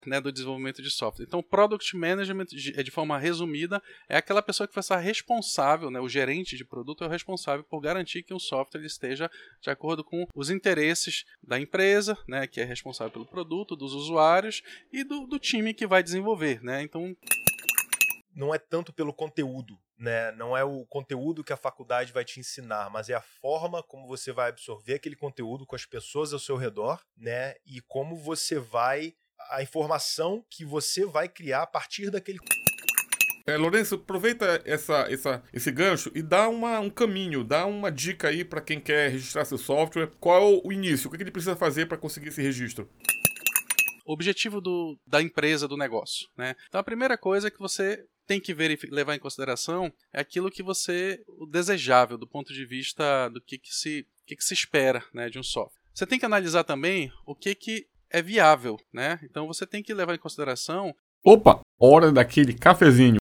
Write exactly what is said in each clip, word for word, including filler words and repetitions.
né, do desenvolvimento de software. Então, Product Management, de, de forma resumida, é aquela pessoa que vai estar responsável, né, o gerente de produto é o responsável por garantir que o software esteja de acordo com os interesses da empresa, né, que é responsável pelo produto, dos usuários e do, do time que vai desenvolver, né? Então, não é tanto pelo conteúdo, né? Não é o conteúdo que a faculdade vai te ensinar, mas é a forma como você vai absorver aquele conteúdo com as pessoas ao seu redor, né? E como você vai... a informação que você vai criar a partir daquele... É, Lourenço, aproveita essa, essa, esse gancho e dá uma, um caminho, dá uma dica aí para quem quer registrar seu software. Qual é o início? O que ele precisa fazer para conseguir esse registro? O objetivo do, da empresa, do negócio, né? Então, a primeira coisa que você tem que levar em consideração é aquilo que você... o desejável do ponto de vista do que, que, se, que, que se espera, né, de um software. Você tem que analisar também o que, que é viável, né? Então você tem que levar em consideração... Opa, hora daquele cafezinho.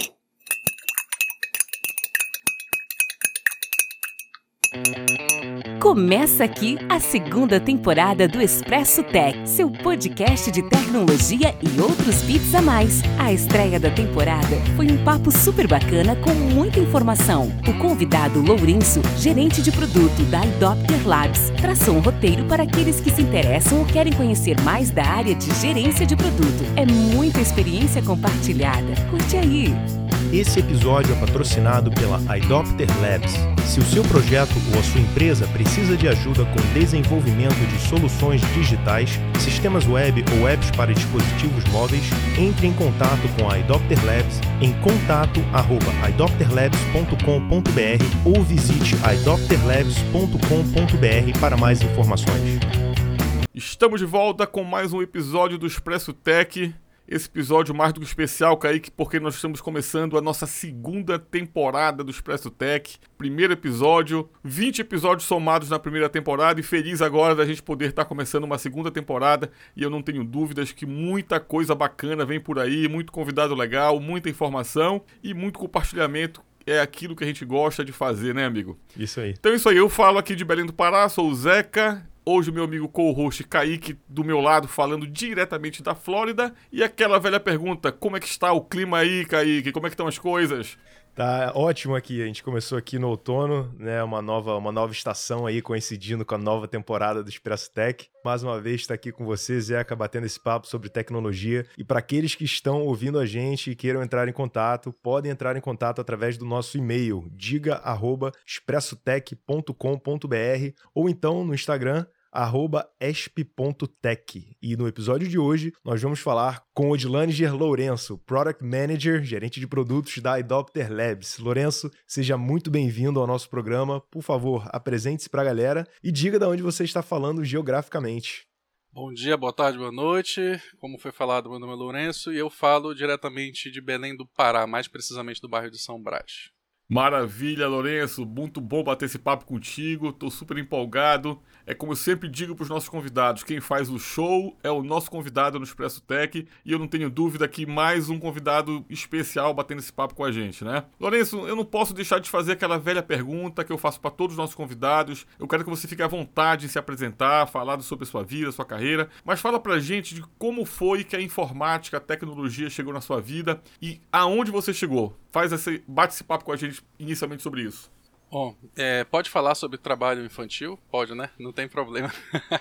Começa aqui a segunda temporada do Expresso Tech, seu podcast de tecnologia e outros bits a mais. A estreia da temporada foi um papo super bacana com muita informação. O convidado Lourenço, gerente de produto da Idopter Labs, traçou um roteiro para aqueles que se interessam ou querem conhecer mais da área de gerência de produto. É muita experiência compartilhada. Curte aí! Esse episódio é patrocinado pela Idopter Labs. Se o seu projeto ou a sua empresa precisa de ajuda com desenvolvimento de soluções digitais, sistemas web ou apps para dispositivos móveis, entre em contato com a Idopter Labs em contato arroba idopter labs ponto com ponto b r ou visite idopter labs ponto com ponto b r para mais informações. Estamos de volta com mais um episódio do Expresso Tech. Esse episódio mais do que especial, Kaique, porque nós estamos começando a nossa segunda temporada do Expresso Tech. Primeiro episódio, vinte episódios somados na primeira temporada e feliz agora da gente poder estar começando uma segunda temporada. E eu não tenho dúvidas que muita coisa bacana vem por aí, muito convidado legal, muita informação e muito compartilhamento. É aquilo que a gente gosta de fazer, né, amigo? Isso aí. Então é isso aí, eu falo aqui de Belém do Pará, sou o Zeca. Hoje o meu amigo co-host Kaique do meu lado falando diretamente da Flórida. E aquela velha pergunta, como é que está o clima aí, Kaique? Como é que estão as coisas? Tá ótimo aqui, a gente começou aqui no outono, né, uma nova, uma nova estação aí coincidindo com a nova temporada do Expresso Tech. Mais uma vez está aqui com você, Zeca, batendo esse papo sobre tecnologia. E para aqueles que estão ouvindo a gente e queiram entrar em contato, podem entrar em contato através do nosso e-mail, diga arroba expressotech ponto com ponto b r ou então no Instagram, arroba esp ponto tech. E no episódio de hoje nós vamos falar com Odlanger Lourenço, Product Manager, gerente de produtos da Idopter Labs. Lourenço, seja muito bem-vindo ao nosso programa. Por favor, apresente-se para a galera e diga de onde você está falando geograficamente. Bom dia, boa tarde, boa noite. Como foi falado, meu nome é Lourenço e eu falo diretamente de Belém do Pará, mais precisamente do bairro de São Brás. Maravilha, Lourenço, muito bom bater esse papo contigo, tô super empolgado. É como eu sempre digo para os nossos convidados, quem faz o show é o nosso convidado no Expresso Tech e eu não tenho dúvida que mais um convidado especial batendo esse papo com a gente, né? Lourenço, eu não posso deixar de fazer aquela velha pergunta que eu faço para todos os nossos convidados. Eu quero que você fique à vontade em se apresentar, falar sobre a sua vida, a sua carreira, mas fala pra gente de como foi que a informática, a tecnologia chegou na sua vida e aonde você chegou. Faz esse, bate esse papo com a gente inicialmente sobre isso. Bom, é, pode falar sobre trabalho infantil? Pode, né? Não tem problema.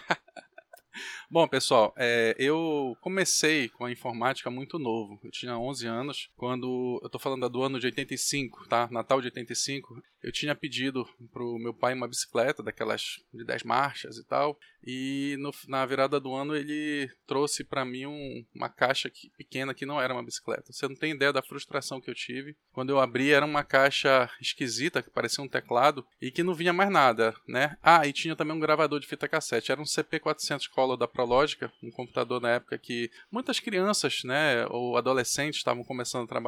Bom, pessoal, é, eu comecei com a informática muito novo. Eu tinha onze anos, quando... Eu tô falando do ano de oitenta e cinco, tá? Natal de oitenta e cinco. Eu tinha pedido pro meu pai uma bicicleta, daquelas de dez marchas e tal. E no, na virada do ano ele trouxe pra mim um, uma caixa que, pequena que não era uma bicicleta. Você não tem ideia da frustração que eu tive. Quando eu abri, era uma caixa esquisita, que parecia um teclado, e que não vinha mais nada, né? Ah, e tinha também um gravador de fita cassete. Era um C P quatrocentos Color da Prologica, um computador na época que muitas crianças, né, ou adolescentes estavam começando a trabalhar.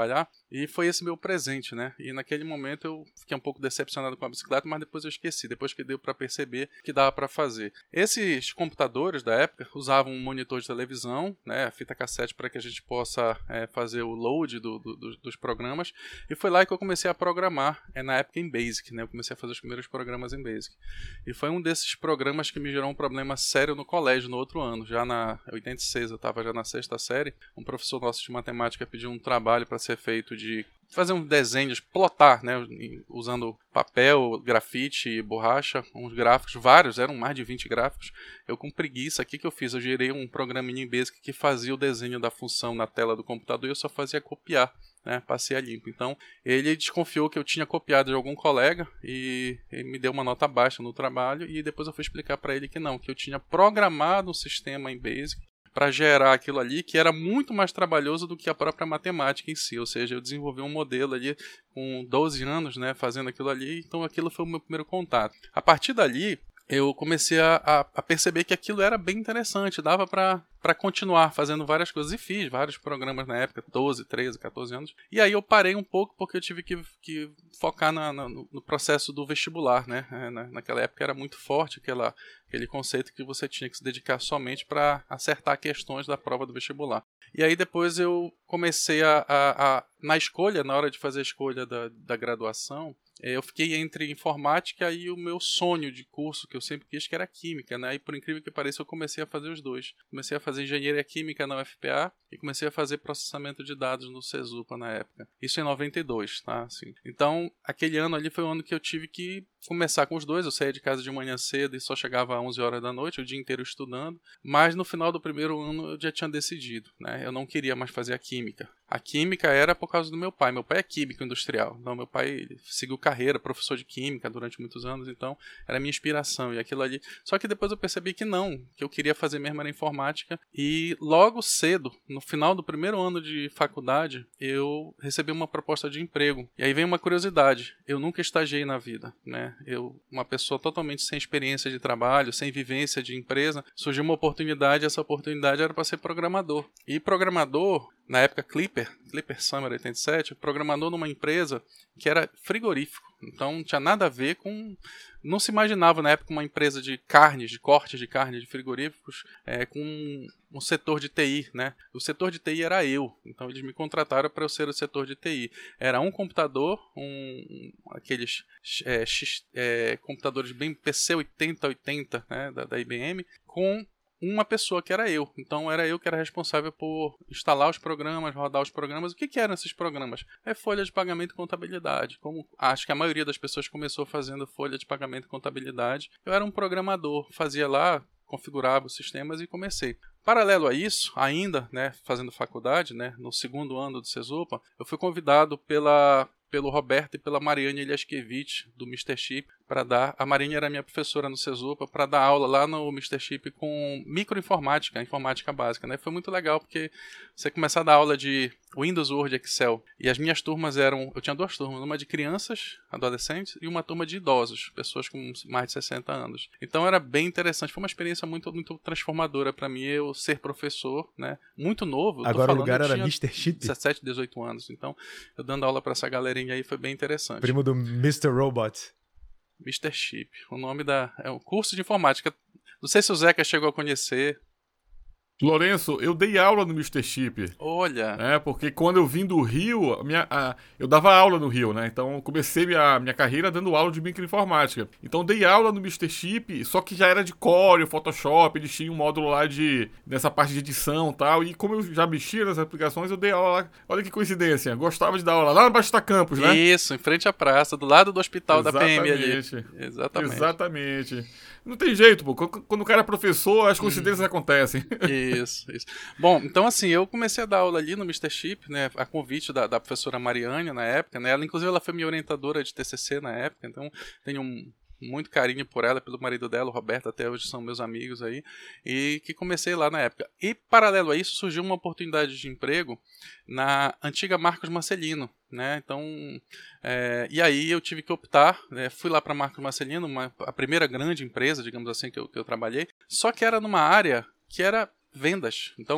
E foi esse meu presente, né? E naquele momento eu fiquei um pouco decepcionado com a bicicleta, mas depois eu esqueci, depois que deu para perceber que dava para fazer. Esses computadores da época usavam um monitor de televisão, né, fita cassete para que a gente possa é, fazer o load do, do, do, dos programas, e foi lá que eu comecei a programar, é, na época em Basic, né? Eu comecei a fazer os primeiros programas em Basic. E foi um desses programas que me gerou um problema sério no colégio no outro ano, já na oitenta e seis, eu estava já na sexta série, um professor nosso de matemática pediu um trabalho para ser feito de fazer um desenho, plotar, né, usando papel, grafite, borracha, uns gráficos, vários, eram mais de vinte gráficos. Eu com preguiça, o que que eu fiz? Eu gerei um programinha em Basic que fazia o desenho da função na tela do computador e eu só fazia copiar, né, passei a limpo. Então, ele desconfiou que eu tinha copiado de algum colega e ele me deu uma nota baixa no trabalho e depois eu fui explicar para ele que não, que eu tinha programado um sistema em Basic para gerar aquilo ali, que era muito mais trabalhoso do que a própria matemática em si, ou seja, eu desenvolvi um modelo ali com doze anos, né, fazendo aquilo ali, então aquilo foi o meu primeiro contato. A partir dali, eu comecei a, a, a perceber que aquilo era bem interessante, dava para para continuar fazendo várias coisas, e fiz vários programas na época, doze, treze, catorze anos, e aí eu parei um pouco porque eu tive que, que focar na, na, no processo do vestibular, né, é, na, naquela época era muito forte aquela, aquele conceito que você tinha que se dedicar somente para acertar questões da prova do vestibular. E aí depois eu comecei a, a, a na escolha, na hora de fazer a escolha da, da graduação, eu fiquei entre informática e o meu sonho de curso, que eu sempre quis, que era química, né? E por incrível que pareça, eu comecei a fazer os dois. Comecei a fazer engenharia química na U F P A e comecei a fazer processamento de dados no Cesupa na época. Isso em noventa e dois, tá? Assim. Então, aquele ano ali foi o ano que eu tive que começar com os dois. Eu saía de casa de manhã cedo e só chegava às onze horas da noite, o dia inteiro estudando. Mas no final do primeiro ano eu já tinha decidido, né? Eu não queria mais fazer a química. A química era por causa do meu pai. Meu pai é químico industrial. Então, meu pai seguiu carreira, professor de química durante muitos anos. Então, era a minha inspiração. E aquilo ali... Só que depois eu percebi que não. Que eu queria fazer mesmo era informática. E logo cedo, no final do primeiro ano de faculdade, eu recebi uma proposta de emprego. E aí vem uma curiosidade. Eu nunca estagiei na vida, né? Eu, uma pessoa totalmente sem experiência de trabalho, sem vivência de empresa, surgiu uma oportunidade. E essa oportunidade era para ser programador. E programador... Na época, Clipper, Clipper Summer oitenta e sete, programador numa empresa que era frigorífico. Então, não tinha nada a ver com... Não se imaginava, na época, uma empresa de carnes, de cortes de carne, de frigoríficos, é, com um, um setor de T I, né? O setor de T I era eu. Então, eles me contrataram para eu ser o setor de T I. Era um computador, um, aqueles é, X, é, computadores bem P C oitenta oitenta, né, da, da I B M, com... uma pessoa que era eu. Então era eu que era responsável por instalar os programas, rodar os programas. O que, que eram esses programas? É folha de pagamento e contabilidade. Como acho que a maioria das pessoas começou fazendo folha de pagamento e contabilidade. Eu era um programador, fazia lá, configurava os sistemas e comecei. Paralelo a isso, ainda, né, fazendo faculdade, né, no segundo ano do Cesupa, eu fui convidado pela... pelo Roberto e pela Mariane Eliaskevich, do mister Chip, para dar... A Mariane era minha professora no Cesupa, para dar aula lá no mister Chip com microinformática, informática básica, né? Foi muito legal, porque você começar a dar aula de Windows, Word, Excel, e as minhas turmas eram... Eu tinha duas turmas, uma de crianças, adolescentes, e uma turma de idosos, pessoas com mais de sessenta anos. Então era bem interessante, foi uma experiência muito, muito transformadora para mim, eu ser professor, né? Muito novo. Agora falando, o lugar era mister Chip? dezessete, dezoito anos, então eu dando aula para essa galera e aí foi bem interessante. Primo do mister Robot. mister Chip. O nome da... É um curso de informática. Não sei se o Zeca chegou a conhecer. Lourenço, eu dei aula no mister Chip. Olha! É, porque quando eu vim do Rio, a minha, a, eu dava aula no Rio, né? Então eu comecei minha, minha carreira dando aula de microinformática. Então eu dei aula no mister Chip, só que já era de Core, Photoshop, eles tinham um módulo lá de, nessa parte de edição e tal. E como eu já mexia nas aplicações, eu dei aula lá. Olha que coincidência, gostava de dar aula lá no Basta Campus, né? Isso, em frente à praça, do lado do hospital Exatamente. da P M ali. Exatamente. Exatamente. Não tem jeito, pô. Quando o cara é professor, as coincidências hum. acontecem. Isso, isso. Bom, então assim, eu comecei a dar aula ali no mister Chip, né, a convite da, da professora Mariane na época, né, ela inclusive ela foi minha orientadora de T C C na época, então tenho um muito carinho por ela, pelo marido dela, o Roberto, até hoje são meus amigos aí, e que comecei lá na época. E paralelo a isso, surgiu uma oportunidade de emprego na antiga Marcos Marcelino, né, então, é, e aí eu tive que optar, né, fui lá para Marcos Marcelino, uma, a primeira grande empresa, digamos assim, que eu, que eu trabalhei, só que era numa área que era vendas, então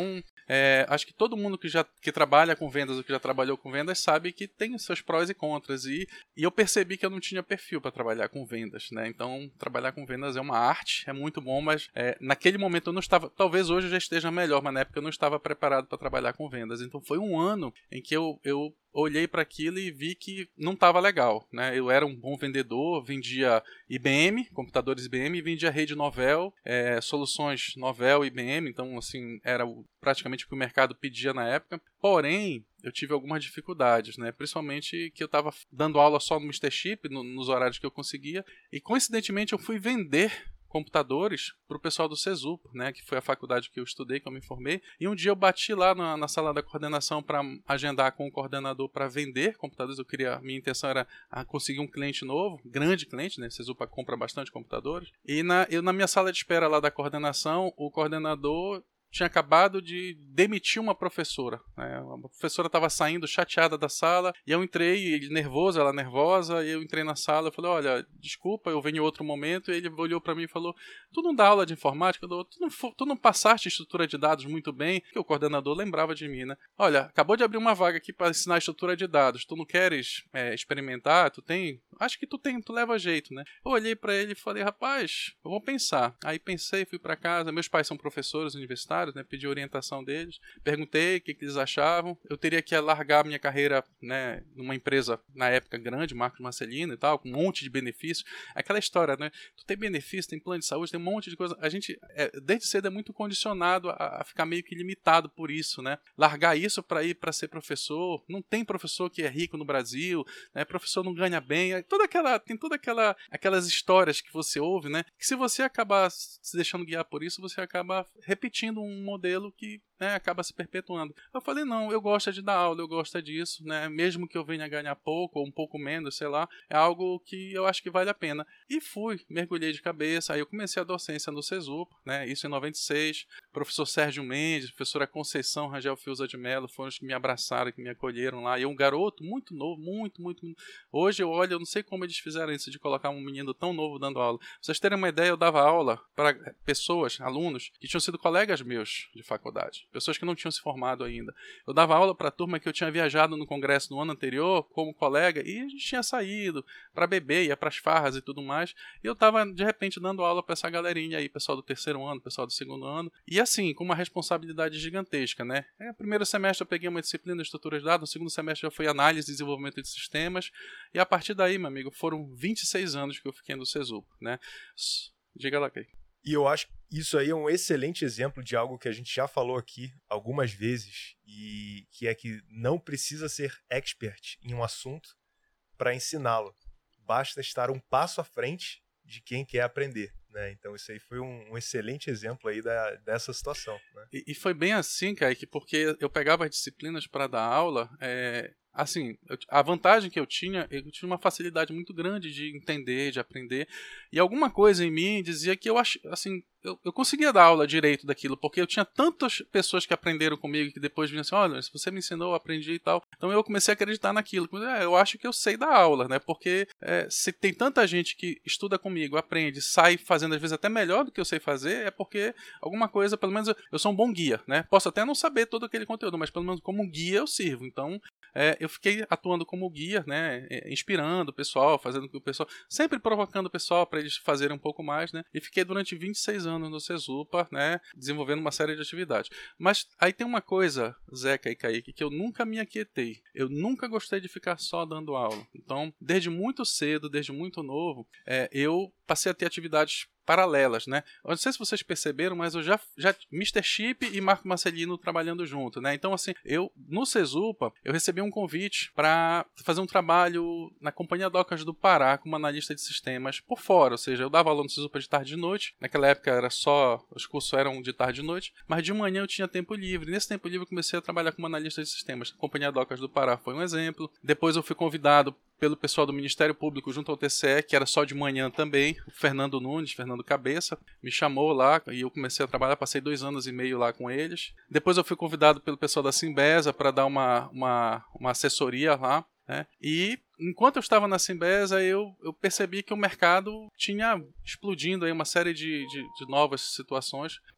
é, acho que todo mundo que já que trabalha com vendas ou que já trabalhou com vendas sabe que tem os seus prós e contras. E, e eu percebi que eu não tinha perfil para trabalhar com vendas, né? Então, trabalhar com vendas é uma arte, é muito bom, mas é, naquele momento eu não estava, talvez hoje eu já esteja melhor, mas na época eu não estava preparado para trabalhar com vendas. Então, foi um ano em que eu, eu olhei para aquilo e vi que não estava legal, né? Eu era um bom vendedor, vendia I B M, computadores I B M, vendia rede Novell, é, soluções Novell e I B M, então assim, era praticamente o que o mercado pedia na época. Porém, eu tive algumas dificuldades, né? Principalmente que eu estava dando aula só no mister Chip, no, nos horários que eu conseguia, e coincidentemente eu fui vender computadores para o pessoal do Cesupa, né, que foi a faculdade que eu estudei, que eu me formei, e um dia eu bati lá na, na sala da coordenação para agendar com o coordenador para vender computadores. Eu queria, minha intenção era conseguir um cliente novo, grande cliente, né, Cesupa compra bastante computadores, e na, eu na minha sala de espera lá da coordenação, o coordenador tinha acabado de demitir uma professora, né? A professora estava saindo chateada da sala, e eu entrei, ele nervoso, ela nervosa, e eu entrei na sala, eu falei, olha, desculpa, eu venho em outro momento, e ele olhou para mim e falou, tu não dá aula de informática? Tu não, tu não passaste estrutura de dados muito bem? Porque o coordenador lembrava de mim, né? Olha, acabou de abrir uma vaga aqui para ensinar estrutura de dados, tu não queres é, experimentar? Tu tem? Acho que tu tem, tu leva jeito, né? Eu olhei para ele e falei, rapaz, eu vou pensar. Aí pensei, fui para casa, meus pais são professores universitários, né, pedi orientação deles, perguntei o que, que eles achavam. Eu teria que largar minha carreira, né, numa empresa na época grande, Marcos Marcelino e tal, com um monte de benefícios. Aquela história, né? Tu tem benefício, tem plano de saúde, tem um monte de coisa. A gente, é, desde cedo, é muito condicionado a, a ficar meio que limitado por isso, né? Largar isso para ir para ser professor. Não tem professor que é rico no Brasil, né? Professor não ganha bem. Toda aquela, tem toda aquela aquelas histórias que você ouve, né? Que se você acabar se deixando guiar por isso, você acaba repetindo um modelo que, né, acaba se perpetuando. Eu falei, não, eu gosto de dar aula, eu gosto disso, né, mesmo que eu venha ganhar pouco ou um pouco menos, sei lá, é algo que eu acho que vale a pena. E fui, mergulhei de cabeça, aí eu comecei a docência no Cesupa, né, isso em noventa e seis, professor Sérgio Mendes, professora Conceição Rangel Fiuza de Mello, foram os que me abraçaram, que me acolheram lá, e um garoto muito novo, muito, muito, muito. Hoje eu olho, eu não sei como eles fizeram isso, de colocar um menino tão novo dando aula. Pra vocês terem uma ideia, eu dava aula para pessoas, alunos, que tinham sido colegas meus de faculdade, pessoas que não tinham se formado ainda. Eu dava aula para a turma que eu tinha viajado no congresso no ano anterior como colega, e a gente tinha saído para beber, ia para as farras e tudo mais, e eu estava de repente dando aula para essa galerinha aí, pessoal do terceiro ano, pessoal do segundo ano, e assim, com uma responsabilidade gigantesca, né? É, primeiro semestre eu peguei uma disciplina de estrutura de dados, no segundo semestre já foi análise e desenvolvimento de sistemas, e a partir daí, meu amigo, foram vinte e seis anos que eu fiquei no Cesupa, né? Diga lá, Kay. E eu acho que isso aí é um excelente exemplo de algo que a gente já falou aqui algumas vezes, e que é que não precisa ser expert em um assunto para ensiná-lo. Basta estar um passo à frente de quem quer aprender, né? Então isso aí foi um, um excelente exemplo aí da, dessa situação, né? E, e foi bem assim, Kaique, porque eu pegava as disciplinas para dar aula, é, assim, eu, a vantagem que eu tinha, eu tinha uma facilidade muito grande de entender, de aprender, e alguma coisa em mim dizia que eu acho, assim, eu, eu conseguia dar aula direito daquilo, porque eu tinha tantas pessoas que aprenderam comigo que depois vinham assim, olha, se você me ensinou, eu aprendi e tal. Então eu comecei a acreditar naquilo. É, eu acho que eu sei dar aula, né? Porque é, se tem tanta gente que estuda comigo, aprende, sai fazendo às vezes até melhor do que eu sei fazer, é porque alguma coisa, pelo menos eu, eu sou um bom guia, né? Posso até não saber todo aquele conteúdo, mas pelo menos como guia eu sirvo. Então é, eu fiquei atuando como guia, né? Inspirando o pessoal, fazendo com que o pessoal, sempre provocando o pessoal para eles fazerem um pouco mais, né? E fiquei durante vinte e seis anos no Cesupa, né, desenvolvendo uma série de atividades. Mas aí tem uma coisa, Zeca e Kaique, que eu nunca me aquietei. Eu nunca gostei de ficar só dando aula. Então, desde muito cedo, desde muito novo, é, eu passei a ter atividades paralelas, né? Eu não sei se vocês perceberam, mas eu já, já mister Chip e Marco Marcelino trabalhando junto, né? Então, assim, eu, no Cesupa, eu recebi um convite para fazer um trabalho na Companhia Docas do Pará como analista de sistemas por fora, ou seja, eu dava aula no Cesupa de tarde e de noite, naquela época era só, os cursos eram de tarde e noite, mas de manhã eu tinha tempo livre, nesse tempo livre eu comecei a trabalhar como analista de sistemas. A Companhia Docas do Pará foi um exemplo, depois eu fui convidado pelo pessoal do Ministério Público junto ao T C E, que era só de manhã também, o Fernando Nunes, Fernando Cabeça, me chamou lá e eu comecei a trabalhar, passei dois anos e meio lá com eles. Depois eu fui convidado pelo pessoal da Simbesa para dar uma, uma, uma assessoria lá, né? E enquanto eu estava na Simbesa, eu, eu percebi que o mercado tinha explodindo aí uma série de, de, de novas situações.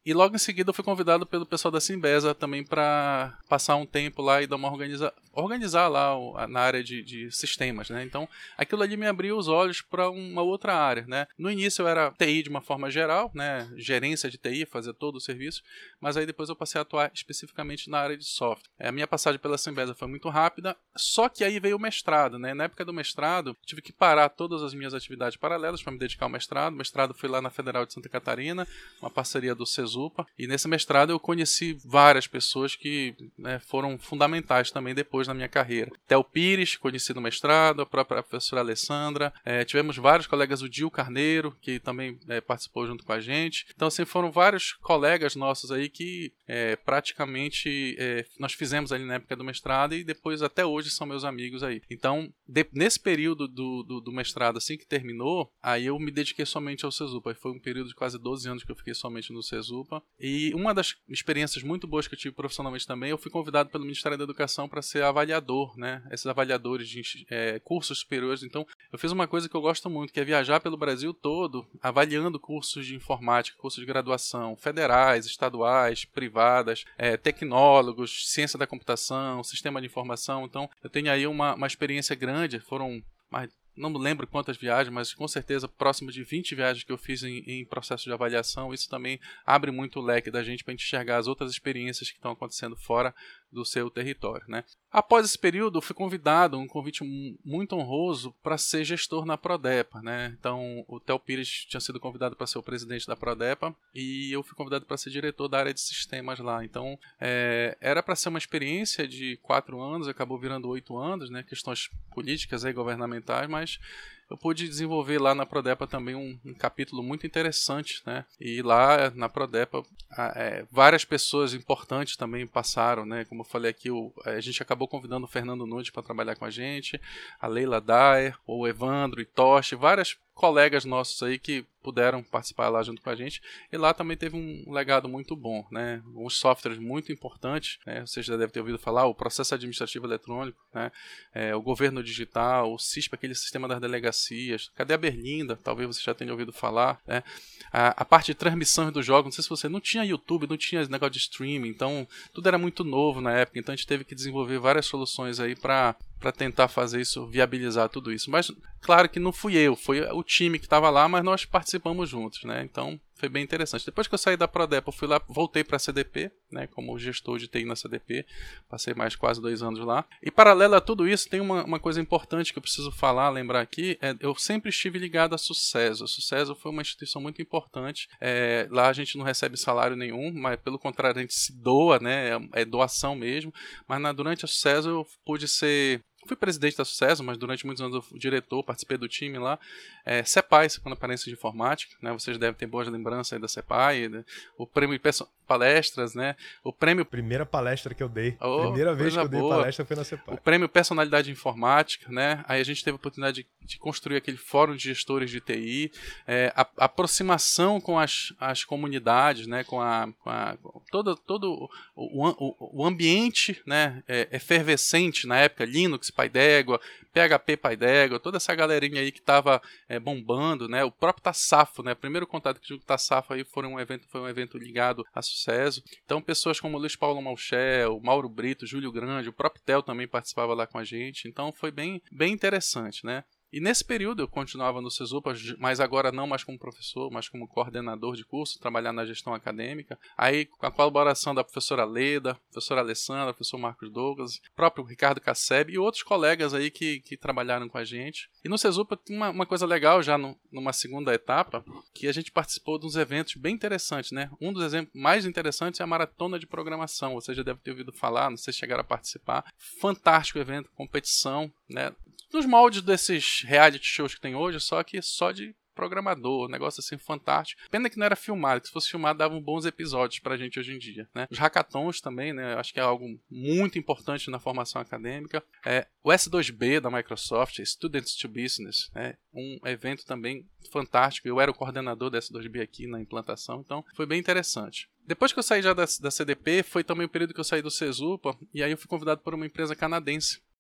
E logo em seguida eu fui convidado pelo pessoal da Symbesa também para passar um tempo lá e dar uma organiza... organizar lá o, na área de, de sistemas, né? Então aquilo ali me abriu os olhos para uma outra área, né? No início eu era T I de uma forma geral, né? Gerência de T I, fazer todo o serviço, mas aí depois eu passei a atuar especificamente na área de software. A minha passagem pela Symbesa foi muito rápida, só que aí veio o mestrado, né? Na época do mestrado, tive que parar todas as minhas atividades paralelas para me dedicar ao mestrado. O mestrado foi lá na Federal de Santa Catarina, uma parceria do Cesupa, e nesse mestrado eu conheci várias pessoas que, né, foram fundamentais também depois na minha carreira. Theo Pires, conheci no mestrado, a própria professora Alessandra, é, tivemos vários colegas, o Dil Carneiro, que também é, participou junto com a gente. Então, assim, foram vários colegas nossos aí que é, praticamente é, nós fizemos ali na época do mestrado e depois até hoje são meus amigos aí. Então, de, nesse período do, do, do mestrado, assim que terminou, aí eu me dediquei somente ao Cesupa. E foi um período de quase doze anos que eu fiquei somente no Cesupa. E uma das experiências muito boas que eu tive profissionalmente também, eu fui convidado pelo Ministério da Educação para ser avaliador, né? Esses avaliadores de é, cursos superiores. Então, eu fiz uma coisa que eu gosto muito, que é viajar pelo Brasil todo, avaliando cursos de informática, cursos de graduação, federais, estaduais, privadas, é, tecnólogos, ciência da computação, sistema de informação. Então, eu tenho aí uma, uma experiência grande, foram mais... não me lembro quantas viagens, mas com certeza próximo de vinte viagens que eu fiz em, em processo de avaliação. Isso também abre muito o leque da gente para a gente enxergar as outras experiências que estão acontecendo fora do seu território, né? Após esse período, eu fui convidado, um convite muito honroso, para ser gestor na Prodepa, né? Então, o Theo Pires tinha sido convidado para ser o presidente da Prodepa e eu fui convidado para ser diretor da área de sistemas lá. Então, é, era para ser uma experiência de quatro anos, acabou virando oito anos, né? Questões políticas e governamentais, mas eu pude desenvolver lá na Prodepa também um, um capítulo muito interessante, né? E lá na Prodepa é, várias pessoas importantes também passaram, né? Como eu falei aqui, o, a gente acabou convidando o Fernando Nunes para trabalhar com a gente, a Leila Daer, o Evandro Itoshi, várias colegas nossos aí que puderam participar lá junto com a gente, e lá também teve um legado muito bom, né? Uns softwares muito importantes, né? Vocês já devem ter ouvido falar, o processo administrativo eletrônico, né? É, o governo digital, o C I S P, aquele sistema das delegacias, cadê a Berlinda? Talvez você já tenha ouvido falar, né? A, a parte de transmissão dos jogos, não sei se você não tinha YouTube, não tinha negócio de streaming, então tudo era muito novo na época, então a gente teve que desenvolver várias soluções aí para para tentar fazer isso, viabilizar tudo isso. Mas, claro que não fui eu, foi o time que estava lá, mas nós participamos juntos, né? Então, foi bem interessante. Depois que eu saí da Prodepa, eu fui lá, voltei para a C D P, né? Como gestor de T I na C D P, passei mais quase dois anos lá. E, paralelo a tudo isso, tem uma, uma coisa importante que eu preciso falar, lembrar aqui, é, eu sempre estive ligado a Sucesso. A Sucesso foi uma instituição muito importante. É, lá a gente não recebe salário nenhum, mas, pelo contrário, a gente se doa, né? É, é doação mesmo. Mas, na, durante a Sucesso, eu pude ser... Fui presidente da Sucesso, mas durante muitos anos eu fui diretor, participei do time lá. É, CEPAI, Segunda Aparência de Informática, né? Vocês devem ter boas lembranças aí da CEPAI, né? O prêmio Perso- Palestras, né? O prêmio... Primeira palestra que eu dei. Oh, Primeira vez que eu dei boa. palestra foi na CEPAI. O prêmio Personalidade Informática, né? Aí a gente teve a oportunidade de, de construir aquele fórum de gestores de T I, é, a, a aproximação com as, as comunidades, né? Com a, com a todo, todo o, o, o ambiente, né? É, efervescente na época, Linux, Pai d'Égua, P H P Pai d'Égua, toda essa galerinha aí que estava é, bombando, né? O próprio Tassafo, né? O primeiro contato que tive com o Tassafo aí foi um evento, foi um evento ligado a Sucesso. Então, pessoas como Luiz Paulo Malchel, Mauro Brito, Júlio Grande, o próprio Theo também participava lá com a gente. Então, foi bem, bem interessante, né? E nesse período eu continuava no Cesupa, mas agora não mais como professor, mas como coordenador de curso, trabalhar na gestão acadêmica. Aí, com a colaboração da professora Leda, professora Alessandra, professor Marcos Douglas, próprio Ricardo Casseb e outros colegas aí que, que trabalharam com a gente. E no Cesupa tem uma, uma coisa legal já no, numa segunda etapa, que a gente participou de uns eventos bem interessantes, né? Um dos exemplos mais interessantes é a Maratona de Programação. Você já deve ter ouvido falar, não sei se chegaram a participar. Fantástico evento, competição, né? Nos moldes desses reality shows que tem hoje, só que só de programador, um negócio assim fantástico. Pena que não era filmado, que se fosse filmado davam bons episódios pra gente hoje em dia, né? Os hackathons também, né? Acho que é algo muito importante na formação acadêmica. É, o S dois B da Microsoft, Students to Business, né? Um evento também fantástico. Eu era o coordenador da S dois B aqui na implantação, então foi bem interessante. Depois que eu saí já da, da C D P, foi também o período que eu saí do Cesupa, e aí eu fui convidado por uma empresa canadense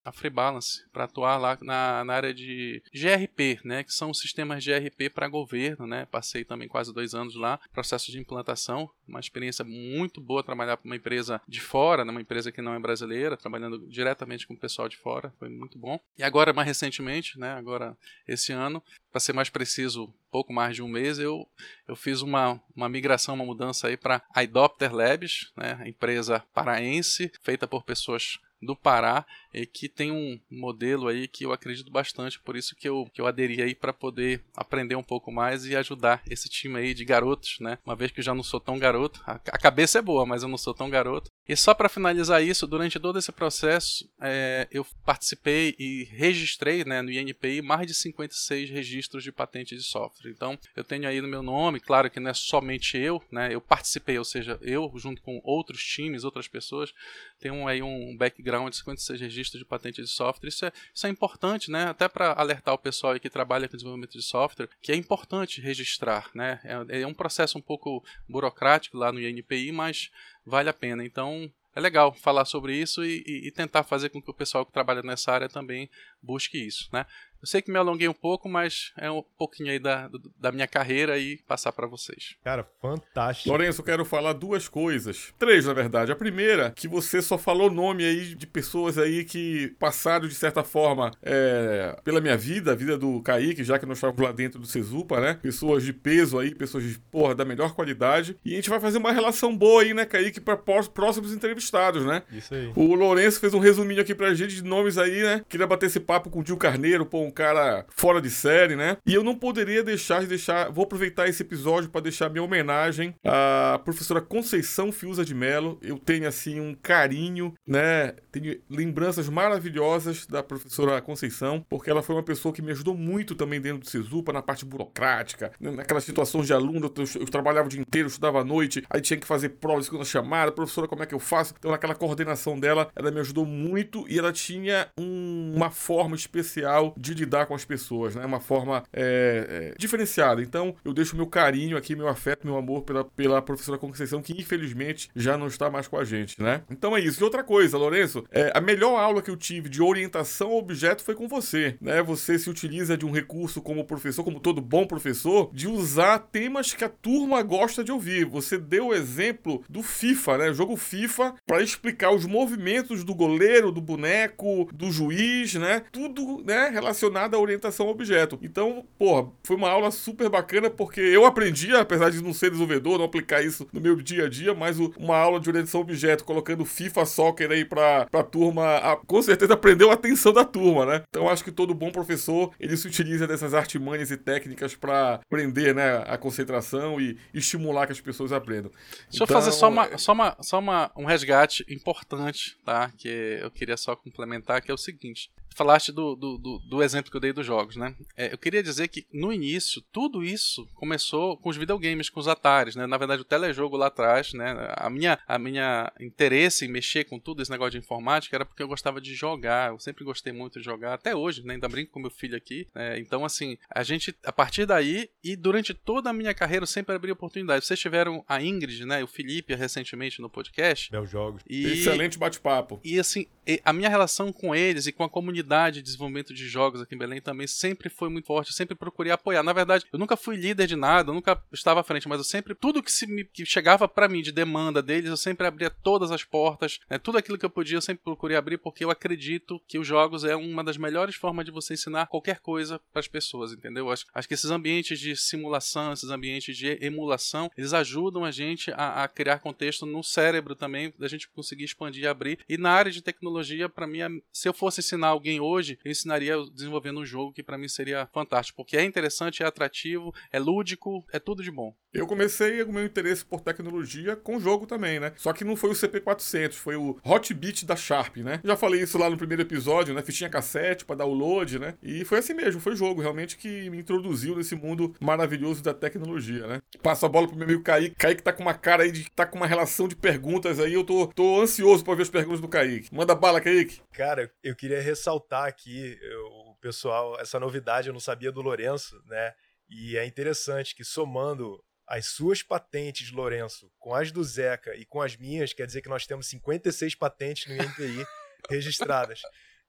a FreeBalance, para atuar lá na, na área de G R P, né, que são sistemas de G R P para governo, né, passei também quase dois anos lá, processo de implantação, uma experiência muito boa trabalhar para uma empresa de fora, né, uma empresa que não é brasileira, trabalhando diretamente com o pessoal de fora, foi muito bom. E agora, mais recentemente, né, agora esse ano, para ser mais preciso, pouco mais de um mês, eu, eu fiz uma, uma migração, uma mudança aí para a Idopter Labs, né, empresa paraense, feita por pessoas do Pará, e que tem um modelo aí que eu acredito bastante, por isso que eu, que eu aderi aí para poder aprender um pouco mais e ajudar esse time aí de garotos, né? Uma vez que eu já não sou tão garoto, a, a cabeça é boa, mas eu não sou tão garoto. E só para finalizar isso, durante todo esse processo, é, eu participei e registrei, né, no I N P I mais de cinquenta e seis registros de patente de software. Então, eu tenho aí no meu nome, claro que não é somente eu, né? Eu participei, ou seja, eu junto com outros times, outras pessoas, tenho aí um background de cinquenta e seis registros de patente de software. Isso é, isso é importante, né? Até para alertar o pessoal aí que trabalha com desenvolvimento de software, que é importante registrar, né? É, é um processo um pouco burocrático lá no I N P I, mas vale a pena. Então, é legal falar sobre isso e, e, e tentar fazer com que o pessoal que trabalha nessa área também busque isso, né? Eu sei que me alonguei um pouco, mas é um pouquinho aí da, da minha carreira e passar para vocês. Cara, fantástico. Lourenço, eu quero falar duas coisas. Três, na verdade. A primeira, que você só falou nome aí de pessoas aí que passaram, de certa forma, é, pela minha vida, a vida do Kaique, já que nós estávamos lá dentro do Cesupa, né? Pessoas de peso aí, pessoas de, porra, da melhor qualidade. E a gente vai fazer uma relação boa aí, né, Kaique, para próximos entrevistados, né? Isso aí. O Lourenço fez um resuminho aqui pra gente de nomes aí, né? Queria bater esse papo com o Dil Carneiro, pô, um cara fora de série, né? E eu não poderia deixar de deixar... Vou aproveitar esse episódio para deixar minha homenagem à professora Conceição Fiuza de Mello. Eu tenho, assim, um carinho, né? Tenho lembranças maravilhosas da professora Conceição, porque ela foi uma pessoa que me ajudou muito também dentro do Cesupa, na parte burocrática, né? Naquelas situações de aluno, eu, eu trabalhava o dia inteiro, eu estudava à noite, aí tinha que fazer provas segunda chamada, professora, como é que eu faço? Então, naquela coordenação dela, ela me ajudou muito e ela tinha um, uma forma especial de lidar com as pessoas, né? Uma forma é, é, diferenciada. Então, eu deixo meu carinho aqui, meu afeto, meu amor pela, pela professora Conceição, que infelizmente já não está mais com a gente, né? Então é isso. E outra coisa, Lourenço, é, a melhor aula que eu tive de orientação ao objeto foi com você, né? Você se utiliza de um recurso como professor, como todo bom professor, de usar temas que a turma gosta de ouvir. Você deu o exemplo do FIFA, né? O jogo FIFA, para explicar os movimentos do goleiro, do boneco, do juiz, né? Tudo, né, relacionado à orientação ao objeto. Então, porra, foi uma aula super bacana, porque eu aprendi, apesar de não ser desenvolvedor, não aplicar isso no meu dia a dia, mas o, uma aula de orientação ao objeto, colocando FIFA Soccer aí pra, pra turma, a, com certeza aprendeu a atenção da turma, né? Então, acho que todo bom professor, ele se utiliza dessas artimanhas e técnicas pra prender, né, a concentração e estimular que as pessoas aprendam. Deixa então, eu fazer só, uma, só, uma, só uma, um resgate importante, tá? Que eu queria só complementar, que é o seguinte. Falaste do, do, do, do exemplo que eu dei dos jogos, né? É, eu queria dizer que, no início, tudo isso começou com os videogames, com os Ataris, né? Na verdade, o telejogo lá atrás, né? A minha, a minha interesse em mexer com tudo esse negócio de informática era porque eu gostava de jogar. Eu sempre gostei muito de jogar, até hoje, né? Ainda brinco com meu filho aqui. Né? Então, assim, a gente, a partir daí, e durante toda a minha carreira, eu sempre abri oportunidades. Vocês tiveram a Ingrid, né? O Felipe, recentemente, no podcast. Meus jogos. E... Excelente bate-papo. E, assim, a minha relação com eles e com a comunidade de desenvolvimento de jogos aqui em Belém também sempre foi muito forte, eu sempre procurei apoiar. Na verdade, eu nunca fui líder de nada, eu nunca estava à frente, mas eu sempre, tudo que, se me, que chegava para mim de demanda deles, eu sempre abria todas as portas, né? Tudo aquilo que eu podia eu sempre procurei abrir, porque eu acredito que os jogos é uma das melhores formas de você ensinar qualquer coisa para as pessoas, entendeu? Acho, acho que esses ambientes de simulação, esses ambientes de emulação, eles ajudam a gente a, a criar contexto no cérebro também, da gente conseguir expandir e abrir. E na área de tecnologia, para mim, se eu fosse ensinar alguém hoje, eu ensinaria desenvolvendo um jogo que para mim seria fantástico, porque é interessante, é atrativo, é lúdico, é tudo de bom. Eu comecei o meu interesse por tecnologia com jogo também, né? Só que não foi o C P quatrocentos, foi o Hotbit da Sharp, né? Já falei isso lá no primeiro episódio, né? Fichinha cassete para download, né? E foi assim mesmo, foi o jogo realmente que me introduziu nesse mundo maravilhoso da tecnologia, né? Passo a bola pro meu amigo Kaique. Kaique tá com uma cara aí de tá com uma relação de perguntas aí, eu tô, tô ansioso para ver as perguntas do Kaique. Manda bala, Kaique. Cara, eu queria ressaltar aqui, eu, o pessoal, essa novidade eu não sabia do Lourenço, né? E é interessante que somando as suas patentes, Lourenço, com as do Zeca e com as minhas, quer dizer que nós temos cinquenta e seis patentes no I N P I registradas.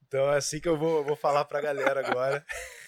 Então é assim que eu vou, vou falar pra galera agora.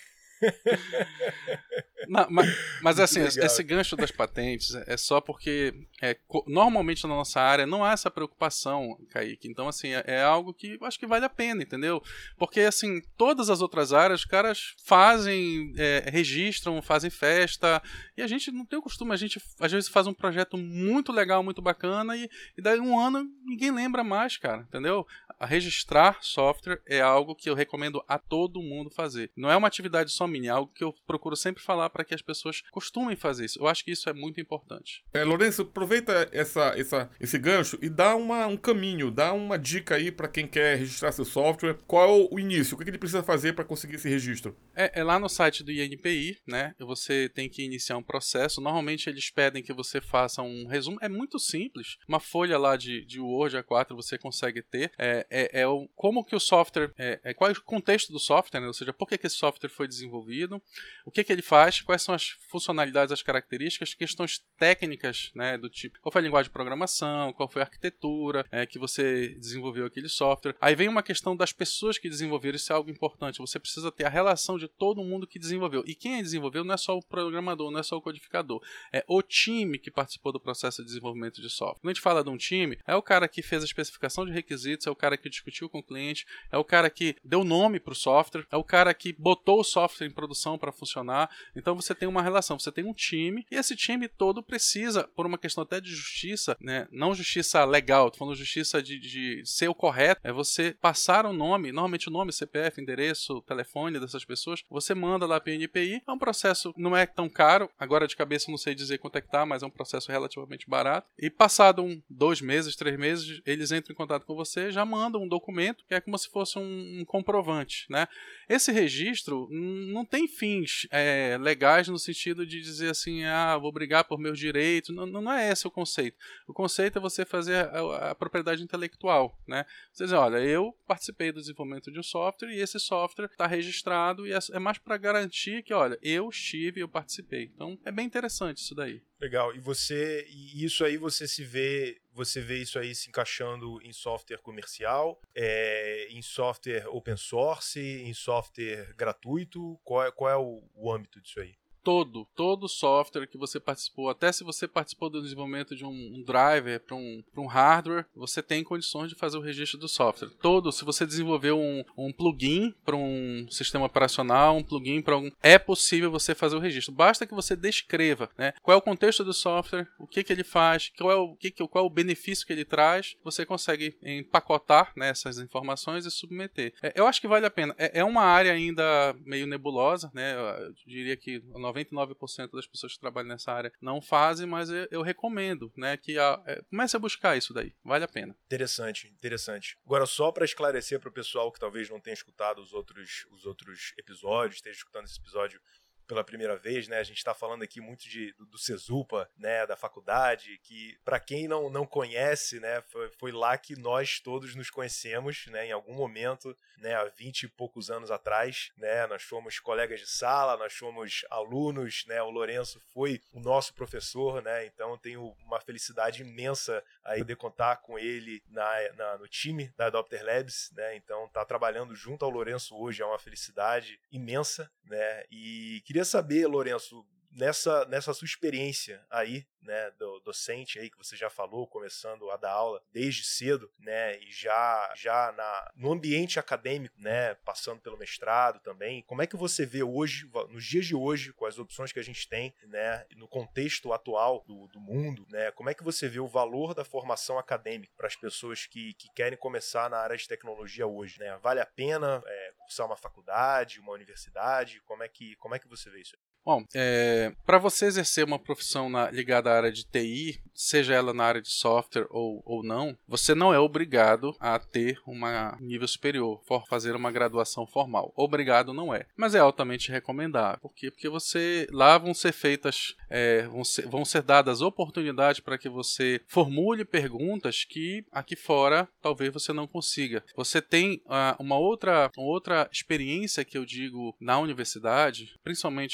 Não, mas, mas assim, legal. Esse gancho das patentes é só porque é, normalmente na nossa área não há essa preocupação, Kaique. Então, assim, é, é algo que eu acho que vale a pena, entendeu? Porque, assim, todas as outras áreas, os caras fazem, é, registram, fazem festa, e a gente não tem o costume, a gente às vezes faz um projeto muito legal, muito bacana, e, e daí um ano ninguém lembra mais, cara, entendeu? A registrar software é algo que eu recomendo a todo mundo fazer. Não é uma atividade só minha, é algo que eu procuro sempre falar para que as pessoas costumem fazer isso. Eu acho que isso é muito importante. É, Lourenço, aproveita essa, essa, esse gancho e dá uma, um caminho, dá uma dica aí para quem quer registrar seu software. Qual é o início? O que ele precisa fazer para conseguir esse registro? É, é lá no site do I N P I, né? Você tem que iniciar um processo. Normalmente eles pedem que você faça um resumo. É muito simples. Uma folha lá de, de Word A quatro você consegue ter. É, é, é o, como que o software... É, é, qual é o contexto do software, né? Ou seja, por que, que esse software foi desenvolvido, o que, que ele faz, quais são as funcionalidades, as características, questões técnicas, né? Do tipo, qual foi a linguagem de programação, qual foi a arquitetura é, que você desenvolveu aquele software. Aí vem uma questão das pessoas que desenvolveram. Isso é algo importante. Você precisa ter a relação de todo mundo que desenvolveu. E quem desenvolveu não é só o programador, não é só o codificador. É o time que participou do processo de desenvolvimento de software. Quando a gente fala de um time, é o cara que fez a especificação de requisitos, é o cara que discutiu com o cliente, é o cara que deu nome para o software, é o cara que botou o software em produção para funcionar. Então você tem uma relação, você tem um time, e esse time todo precisa, por uma questão até de justiça, né? Não justiça legal, tô falando justiça de, de ser o correto, é você passar o nome, normalmente o nome, C P F, endereço, telefone dessas pessoas, você manda lá para o I N P I, é um processo, não é tão caro, agora de cabeça não sei dizer quanto é que tá, mas é um processo relativamente barato, e passado um, dois meses, três meses, eles entram em contato com você, já mandam um documento, que é como se fosse um, um comprovante, né? Esse registro não tem fins é, legais no sentido de dizer assim, ah, vou brigar por meus direitos, não, não é esse o conceito. O conceito é você fazer a, a propriedade intelectual, né? Você diz, olha, eu participei do desenvolvimento de um software e esse software está registrado e é, é mais para garantir que, olha, eu estive, eu participei. Então, é bem interessante isso daí. Legal. E você, e isso aí você se vê, você vê isso aí se encaixando em software comercial, é, em software open source, em software gratuito? Qual é, qual é o, o âmbito disso aí? Todo, todo software que você participou, até se você participou do desenvolvimento de um, um driver para um, para um hardware, você tem condições de fazer o registro do software. Todo, se você desenvolveu um, um plugin para um sistema operacional, um plugin para algum... É possível você fazer o registro. Basta que você descreva, né, qual é o contexto do software, o que, que ele faz, qual é o, que que, qual é o benefício que ele traz, você consegue empacotar, né, essas informações e submeter. É, eu acho que vale a pena. É, é uma área ainda meio nebulosa, né, eu diria que noventa e nove por cento das pessoas que trabalham nessa área não fazem, mas eu, eu recomendo, né, que a, é, comece a buscar isso daí, vale a pena. Interessante, interessante. Agora, só para esclarecer para o pessoal que talvez não tenha escutado os outros, os outros episódios, esteja escutando esse episódio pela primeira vez, né? A gente está falando aqui muito de, do, do Cesupa, né? Da faculdade, que para quem não, não conhece, né? Foi, foi lá que nós todos nos conhecemos, né? Em algum momento, né? Há vinte e poucos anos atrás, né? Nós fomos colegas de sala, nós fomos alunos, né? O Lourenço foi o nosso professor, né? Então tenho uma felicidade imensa aí poder contar com ele na, na, no time da Adopter Labs, né? Então tá trabalhando junto ao Lourenço hoje é uma felicidade imensa, né? E queria saber, Lourenço, nessa, nessa sua experiência aí, né, do docente aí que você já falou, começando a dar aula desde cedo, né, e já, já na, no ambiente acadêmico, né, passando pelo mestrado também, como é que você vê hoje, nos dias de hoje, com as opções que a gente tem, né, no contexto atual do, do mundo, né, como é que você vê o valor da formação acadêmica para as pessoas que, que querem começar na área de tecnologia hoje, né? Vale a pena é, cursar uma faculdade, uma universidade? Como é que, como é que você vê isso? Bom, é, para você exercer uma profissão na, ligada à área de T I, seja ela na área de software ou, ou não, você não é obrigado a ter um nível superior, for fazer uma graduação formal. Obrigado não é, mas é altamente recomendável. Por quê? Porque você, lá vão ser feitas, é, vão, ser, vão ser dadas oportunidades para que você formule perguntas que aqui fora talvez você não consiga. Você tem uh, uma, outra, uma outra experiência que eu digo na universidade, principalmente uma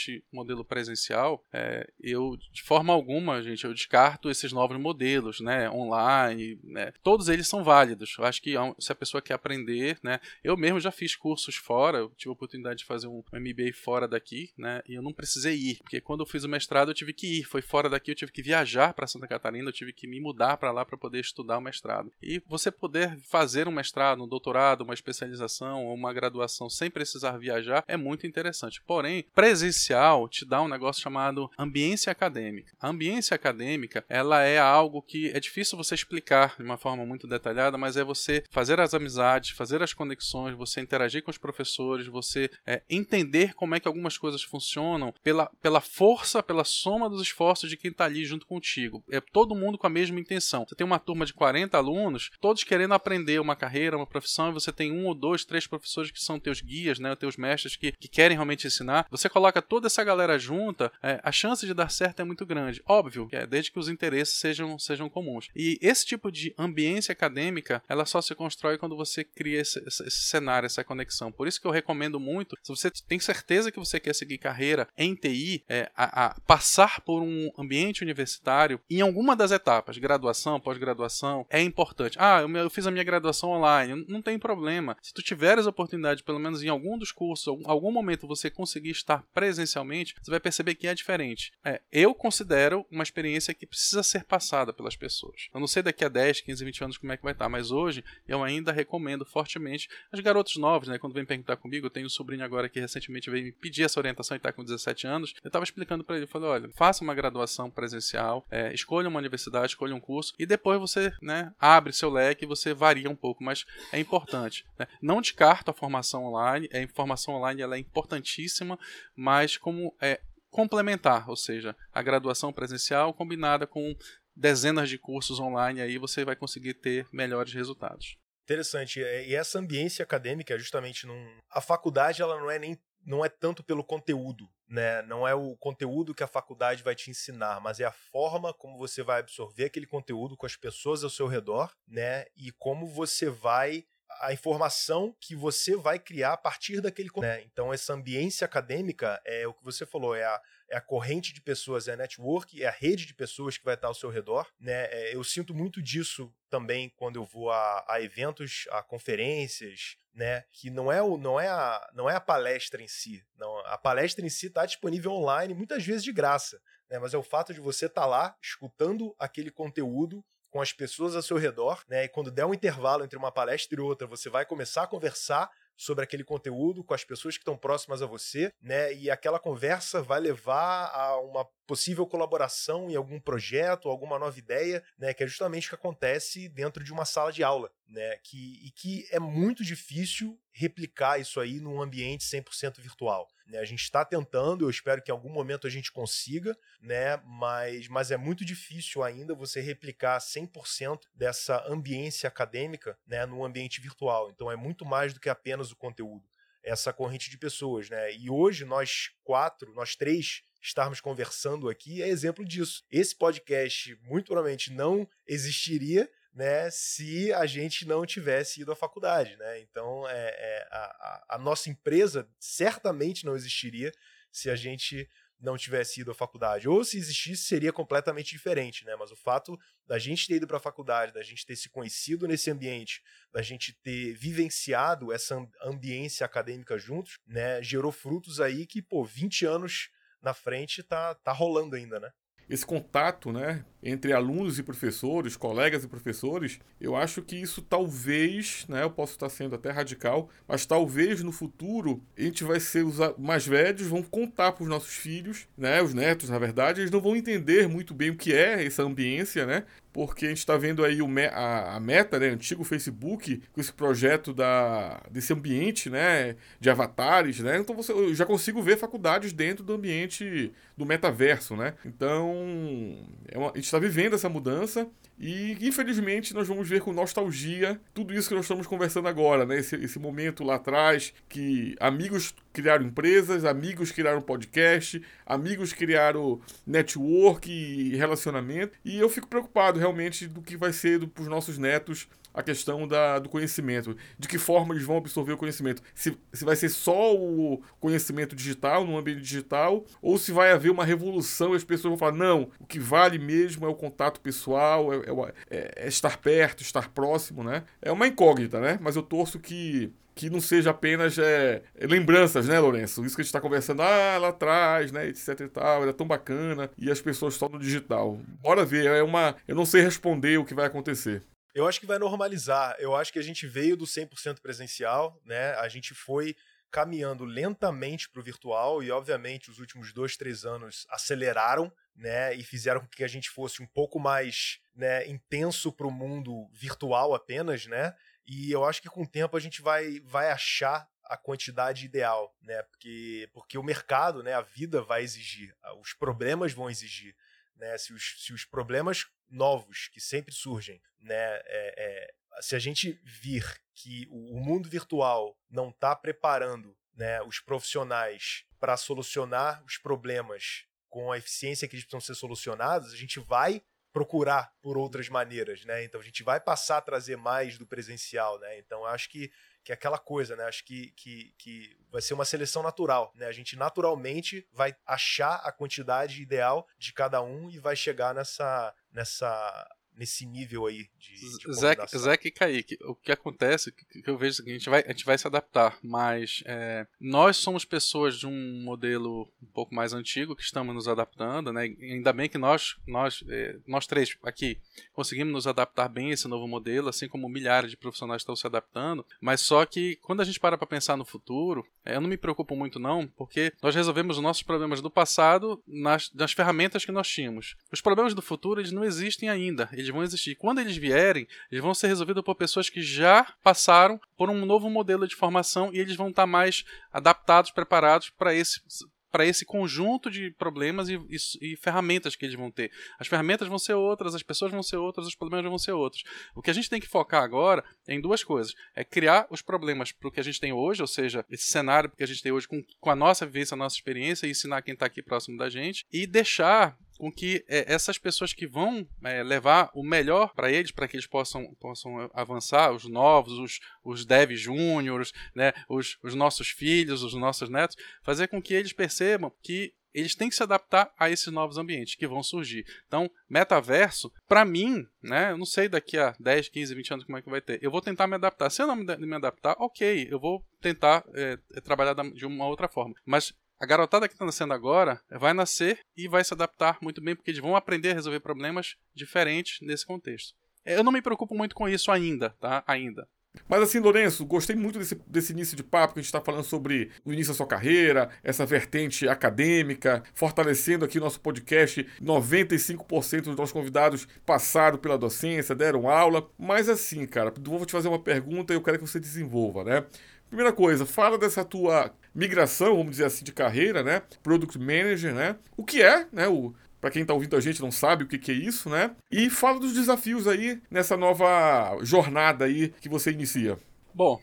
modelo presencial, é, eu, de forma alguma, gente, eu descarto esses novos modelos, né, online, né, todos eles são válidos. Eu acho que se a pessoa quer aprender, né, eu mesmo já fiz cursos fora, eu tive a oportunidade de fazer um M B A fora daqui, né, e eu não precisei ir, porque quando eu fiz o mestrado eu tive que ir, foi fora daqui, eu tive que viajar para Santa Catarina, eu tive que me mudar para lá para poder estudar o mestrado. E você poder fazer um mestrado, um doutorado, uma especialização ou uma graduação sem precisar viajar é muito interessante. Porém, presencial te dá um negócio chamado ambiência acadêmica. A ambiência acadêmica, ela é algo que é difícil você explicar de uma forma muito detalhada, mas é você fazer as amizades, fazer as conexões, você interagir com os professores, você é, entender como é que algumas coisas funcionam pela, pela força, pela soma dos esforços de quem está ali junto contigo. É todo mundo com a mesma intenção. Você tem uma turma de quarenta alunos, todos querendo aprender uma carreira, uma profissão, e você tem um ou dois, três professores que são teus guias, né, teus mestres que, que querem realmente ensinar. Você coloca toda essa galera junta, é, a chance de dar certo é muito grande. Óbvio, é, desde que os interesses sejam, sejam comuns. E esse tipo de ambiência acadêmica, ela só se constrói quando você cria esse, esse cenário, essa conexão. Por isso que eu recomendo muito, se você tem certeza que você quer seguir carreira em T I, é, a, a passar por um ambiente universitário em alguma das etapas, graduação, pós-graduação, é importante. Ah, eu, eu fiz a minha graduação online, não tem problema. Se tu tiveres a oportunidade, pelo menos em algum dos cursos, em algum momento você conseguir estar presencialmente, você vai perceber que é diferente. É, eu considero uma experiência que precisa ser passada pelas pessoas. Eu não sei daqui a dez, quinze, vinte anos como é que vai estar, mas hoje eu ainda recomendo fortemente as garotos novos, né, quando vem perguntar comigo, eu tenho um sobrinho agora que recentemente veio me pedir essa orientação e está com dezessete anos, eu estava explicando para ele, eu falei, olha, faça uma graduação presencial, é, escolha uma universidade, escolha um curso e depois você, né, abre seu leque e você varia um pouco, mas é importante, né? Não descarto a formação online, a formação online ela é importantíssima, mas como é complementar, ou seja, a graduação presencial combinada com dezenas de cursos online, aí você vai conseguir ter melhores resultados. Interessante. E essa ambiência acadêmica, justamente, num... a faculdade ela não é nem não é tanto pelo conteúdo, né? Não é o conteúdo que a faculdade vai te ensinar, mas é a forma como você vai absorver aquele conteúdo com as pessoas ao seu redor, né? E como você vai a informação que você vai criar a partir daquele conteúdo. Né? Então, essa ambiência acadêmica é o que você falou, é a, é a corrente de pessoas, é a network, é a rede de pessoas que vai estar ao seu redor. Né? É, eu sinto muito disso também quando eu vou a, a eventos, a conferências, né? Que não é, o, não, é a, não é a palestra em si. Não, a palestra em si está disponível online, muitas vezes de graça. Né? Mas é o fato de você estar lá, escutando aquele conteúdo, com as pessoas ao seu redor, né? E quando der um intervalo entre uma palestra e outra, você vai começar a conversar sobre aquele conteúdo com as pessoas que estão próximas a você, né? E aquela conversa vai levar a uma possível colaboração em algum projeto, alguma nova ideia, né? Que é justamente o que acontece dentro de uma sala de aula, né? Que, e que é muito difícil replicar isso aí num ambiente cem por cento virtual. Né? A gente está tentando, eu espero que em algum momento a gente consiga, né? mas, mas é muito difícil ainda você replicar cem por cento dessa ambiência acadêmica, né? Num ambiente virtual. Então é muito mais do que apenas o conteúdo, essa corrente de pessoas. Né? E hoje nós quatro, nós três, estarmos conversando aqui é exemplo disso. Esse podcast muito provavelmente não existiria, né, se a gente não tivesse ido à faculdade, né? Então, é, é, a, a nossa empresa certamente não existiria se a gente não tivesse ido à faculdade. Ou se existisse, seria completamente diferente, né? Mas o fato da gente ter ido para a faculdade, da gente ter se conhecido nesse ambiente, da gente ter vivenciado essa ambiência acadêmica juntos, né, gerou frutos aí que, pô, vinte anos na frente tá, tá rolando ainda, né? Esse contato, né, entre alunos e professores, colegas e professores, eu acho que isso talvez, né, eu posso estar sendo até radical, mas talvez no futuro a gente vai ser os mais velhos, vão contar para os nossos filhos, né, os netos, na verdade, eles não vão entender muito bem o que é essa ambiência, né, porque a gente está vendo aí o me- a, a Meta, né, antigo Facebook, com esse projeto da, desse ambiente, né, de avatares, né, então você, eu já consigo ver faculdades dentro do ambiente do metaverso, né, então é uma, a gente está vivendo essa mudança e infelizmente nós vamos ver com nostalgia tudo isso que nós estamos conversando agora, né, esse, esse momento lá atrás que amigos criaram empresas, amigos criaram podcast, amigos criaram network e relacionamento, e eu fico preocupado realmente do que vai ser para os nossos netos a questão da, do conhecimento. De que forma eles vão absorver o conhecimento. Se, se vai ser só o conhecimento digital, no ambiente digital, ou se vai haver uma revolução e as pessoas vão falar, não, o que vale mesmo é o contato pessoal, é, é, é estar perto, estar próximo, né? É uma incógnita, né? Mas eu torço que que não seja apenas é, lembranças, né, Lourenço? Isso que a gente está conversando, ah, lá atrás, né, etc e tal, era tão bacana, e as pessoas estão no digital. Bora ver, é uma... eu não sei responder o que vai acontecer. Eu acho que vai normalizar. Eu acho que a gente veio do cem por cento presencial, né? A gente foi caminhando lentamente para o virtual e, obviamente, os últimos dois, três anos aceleraram, né? E fizeram com que a gente fosse um pouco mais, né, intenso para o mundo virtual apenas, né? E eu acho que com o tempo a gente vai, vai achar a quantidade ideal, né? Porque, porque o mercado, né, a vida vai exigir, os problemas vão exigir, né? Se os, se os problemas novos que sempre surgem, né, é, é, se a gente vir que o, o mundo virtual não está preparando, né, os profissionais para solucionar os problemas com a eficiência que eles precisam ser solucionados, a gente vai procurar por outras maneiras, né? Então a gente vai passar a trazer mais do presencial, né? Então acho que que é aquela coisa, né? Acho que, que, que vai ser uma seleção natural, né? A gente naturalmente vai achar a quantidade ideal de cada um e vai chegar nessa nessa nesse nível aí de, de Zeca, Zeca e Kaique, o que acontece, que eu vejo é que a gente vai, a gente vai se adaptar, mas é, nós somos pessoas de um modelo um pouco mais antigo que estamos nos adaptando, né? E ainda bem que nós, nós, é, nós três aqui conseguimos nos adaptar bem a esse novo modelo, assim como milhares de profissionais estão se adaptando, mas só que quando a gente para para pensar no futuro, é, eu não me preocupo muito não, porque nós resolvemos os nossos problemas do passado nas, nas ferramentas que nós tínhamos. Os problemas do futuro, eles não existem ainda, eles vão existir. Quando eles vierem, eles vão ser resolvidos por pessoas que já passaram por um novo modelo de formação e eles vão estar mais adaptados, preparados para esse, para esse conjunto de problemas e, e, e ferramentas que eles vão ter. As ferramentas vão ser outras, as pessoas vão ser outras, os problemas vão ser outros. O que a gente tem que focar agora é em duas coisas. É criar os problemas para o que a gente tem hoje, ou seja, esse cenário que a gente tem hoje com, com a nossa vivência, a nossa experiência e ensinar quem está aqui próximo da gente e deixar com que é, essas pessoas que vão é, levar o melhor para eles, para que eles possam, possam avançar, os novos, os, os devs júniores, né, os, os nossos filhos, os nossos netos, fazer com que eles percebam que eles têm que se adaptar a esses novos ambientes que vão surgir. Então, metaverso, para mim, né, eu não sei daqui a dez, quinze, vinte anos como é que vai ter, eu vou tentar me adaptar. Se eu não me, me adaptar, ok, eu vou tentar é, trabalhar de uma outra forma. Mas a garotada que está nascendo agora vai nascer e vai se adaptar muito bem, porque eles vão aprender a resolver problemas diferentes nesse contexto. Eu não me preocupo muito com isso ainda, tá? Ainda. Mas assim, Lourenço, gostei muito desse, desse início de papo, que a gente está falando sobre o início da sua carreira, essa vertente acadêmica, fortalecendo aqui o nosso podcast. noventa e cinco por cento dos nossos convidados passaram pela docência, deram aula. Mas assim, cara, vou te fazer uma pergunta e eu quero que você desenvolva, né? Primeira coisa, fala dessa tua migração, vamos dizer assim, de carreira, né? Product Manager, né? O que é, né? O, para quem tá ouvindo a gente não sabe o que, que é isso, né? E fala dos desafios aí nessa nova jornada aí que você inicia. Bom,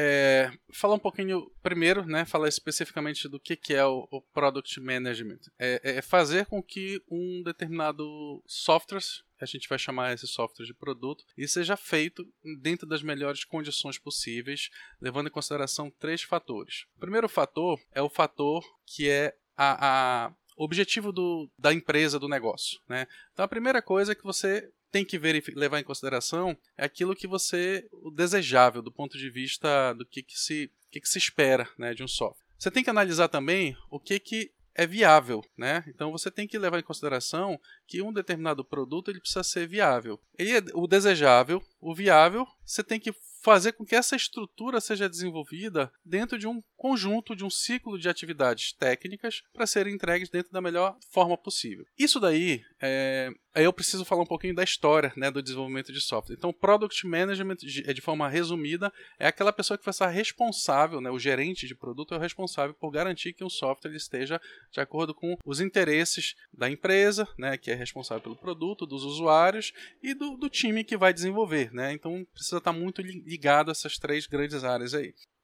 é, falar um pouquinho primeiro, né? Falar especificamente do que, que é o, o Product Management. É, é fazer com que um determinado software, a gente vai chamar esse software de produto, e seja feito dentro das melhores condições possíveis, levando em consideração três fatores. O primeiro fator é o fator que é a, a objetivo do, da empresa, do negócio, né? Então a primeira coisa é que você tem que levar em consideração é aquilo que você, o desejável do ponto de vista do que, que, se, que, que se espera, né, de um software. Você tem que analisar também o que, que é viável, né? Então você tem que levar em consideração que um determinado produto ele precisa ser viável. Ele é o desejável, o viável, você tem que fazer com que essa estrutura seja desenvolvida dentro de um conjunto, de um ciclo de atividades técnicas para serem entregues dentro da melhor forma possível. Isso daí, é, eu preciso falar um pouquinho da história, né, do desenvolvimento de software. Então, Product Management, de, de forma resumida, é aquela pessoa que vai estar responsável, né, o gerente de produto é o responsável por garantir que o software esteja de acordo com os interesses da empresa, né, que é responsável pelo produto, dos usuários e do, do time que vai desenvolver, né? Então, precisa estar muito ligado a essas três grandes áreas aí.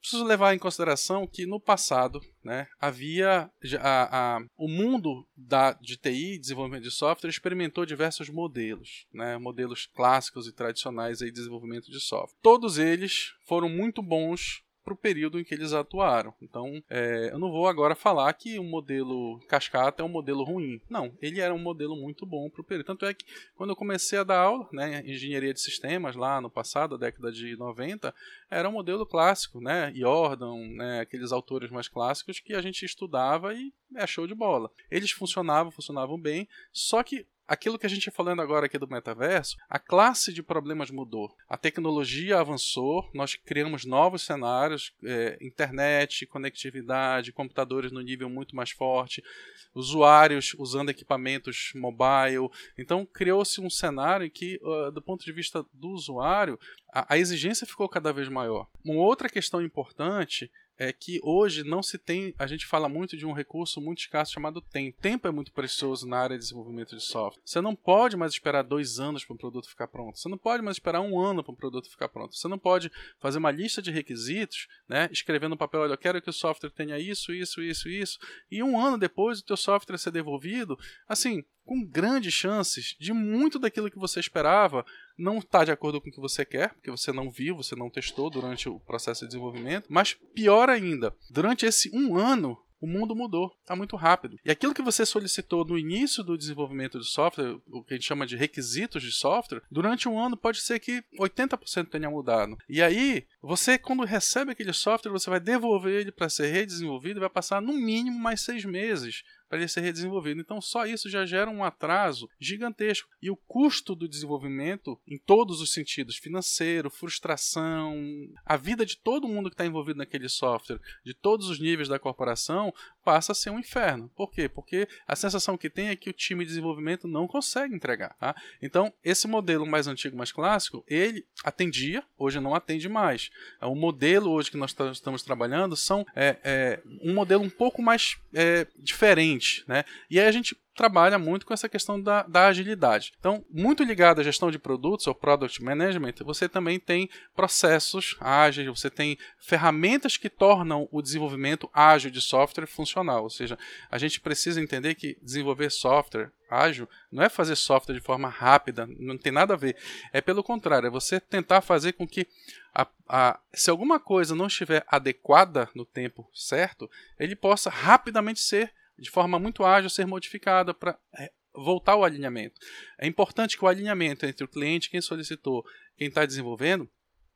preciso levar em consideração que no passado, né, havia a, a, o mundo da, de T I, desenvolvimento de software, experimentou diversos modelos, né, modelos clássicos e tradicionais aí de desenvolvimento de software. Todos eles foram muito bons para o período em que eles atuaram. Então, é, eu não vou agora falar que o modelo Cascata é um modelo ruim. Não, ele era um modelo muito bom para o período. Tanto é que, quando eu comecei a dar aula, né, engenharia de sistemas, lá no passado, da década de noventa, era um modelo clássico, né, Jordan, né, aqueles autores mais clássicos que a gente estudava e é show de bola. Eles funcionavam, funcionavam bem, só que aquilo que a gente está falando agora aqui do metaverso, a classe de problemas mudou. A tecnologia avançou, nós criamos novos cenários, é, internet, conectividade, computadores no nível muito mais forte, usuários usando equipamentos mobile. Então criou-se um cenário em que, uh, do ponto de vista do usuário, a, a exigência ficou cada vez maior. Uma outra questão importante é que hoje não se tem, a gente fala muito de um recurso muito escasso chamado tempo. Tempo é muito precioso na área de desenvolvimento de software. Você não pode mais esperar dois anos para um produto ficar pronto. Você não pode mais esperar um ano para um produto ficar pronto. Você não pode fazer uma lista de requisitos, né, escrever no papel, olha, eu quero que o software tenha isso, isso, isso, isso, e um ano depois o teu software ser devolvido, assim, com grandes chances de muito daquilo que você esperava não estar de acordo com o que você quer, porque você não viu, você não testou durante o processo de desenvolvimento, mas pior ainda, durante esse um ano, o mundo mudou, está muito rápido. E aquilo que você solicitou no início do desenvolvimento de software, o que a gente chama de requisitos de software, durante um ano pode ser que oitenta por cento tenha mudado. E aí, você quando recebe aquele software, você vai devolver ele para ser redesenvolvido e vai passar no mínimo mais seis meses para ele ser redesenvolvido. Então só isso já gera um atraso gigantesco. E o custo do desenvolvimento, em todos os sentidos, financeiro, frustração, a vida de todo mundo que está envolvido naquele software, de todos os níveis da corporação, passa a ser um inferno. Por quê? Porque a sensação que tem é que o time de desenvolvimento não consegue entregar. Tá? Então, esse modelo mais antigo, mais clássico, ele atendia, hoje não atende mais. O modelo hoje que nós estamos trabalhando são é, é, um modelo um pouco mais é, diferente, né? E aí a gente trabalha muito com essa questão da, da agilidade. Então, muito ligado à gestão de produtos, ou Product Management, você também tem processos ágeis, você tem ferramentas que tornam o desenvolvimento ágil de software funcional. Ou seja, a gente precisa entender que desenvolver software ágil não é fazer software de forma rápida, não tem nada a ver. É pelo contrário, é você tentar fazer com que a, a, se alguma coisa não estiver adequada no tempo certo, ele possa rapidamente ser, de forma muito ágil, ser modificada para voltar ao alinhamento. É importante que o alinhamento entre o cliente, quem solicitou, quem está desenvolvendo,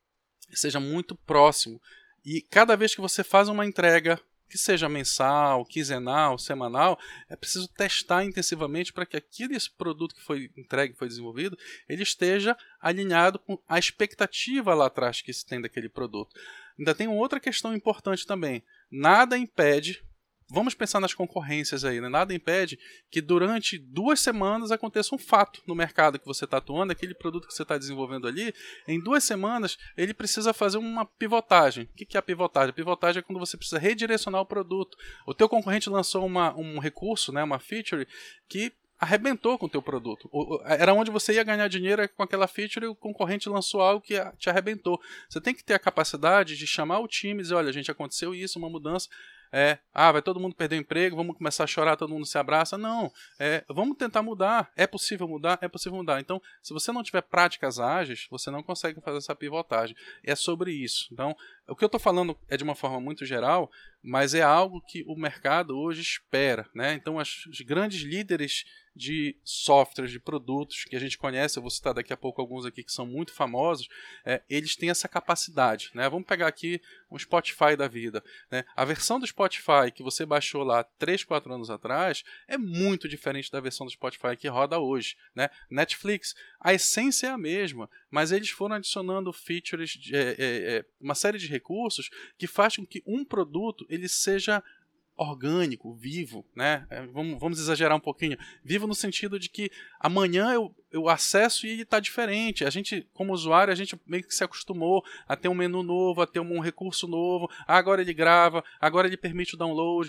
seja muito próximo. E cada vez que você faz uma entrega, que seja mensal, quinzenal, semanal, é preciso testar intensivamente para que aquele produto que foi entregue, que foi desenvolvido, ele esteja alinhado com a expectativa lá atrás que se tem daquele produto. Ainda tem outra questão importante também. Nada impede, vamos pensar nas concorrências aí, né? Nada impede que durante duas semanas aconteça um fato no mercado que você está atuando, aquele produto que você está desenvolvendo ali, em duas semanas ele precisa fazer uma pivotagem. O que é a pivotagem? A pivotagem é quando você precisa redirecionar o produto. O teu concorrente lançou uma, um recurso, né, uma feature, que arrebentou com o teu produto. Era onde você ia ganhar dinheiro com aquela feature e o concorrente lançou algo que te arrebentou. Você tem que ter a capacidade de chamar o time e dizer, olha, gente, aconteceu isso, uma mudança. É, ah, vai todo mundo perder o emprego, vamos começar a chorar, todo mundo se abraça. Não, é, vamos tentar mudar. É possível mudar? É possível mudar. Então, se você não tiver práticas ágeis, você não consegue fazer essa pivotagem. É sobre isso. Então, o que eu estou falando é de uma forma muito geral, mas é algo que o mercado hoje espera, né? Então, as, os grandes líderes de softwares, de produtos que a gente conhece, eu vou citar daqui a pouco alguns aqui que são muito famosos, é, eles têm essa capacidade, né? Vamos pegar aqui um Spotify da vida, né? A versão do Spotify que você baixou lá três, quatro anos atrás é muito diferente da versão do Spotify que roda hoje, né? Netflix, a essência é a mesma, mas eles foram adicionando features, de, é, é, uma série de recursos que faz com que um produto ele seja orgânico, vivo, né? Vamos, vamos exagerar um pouquinho. Vivo no sentido de que amanhã eu, eu acesso e ele está diferente. A gente, como usuário, a gente meio que se acostumou a ter um menu novo, a ter um recurso novo. Ah, agora ele grava, agora ele permite o download.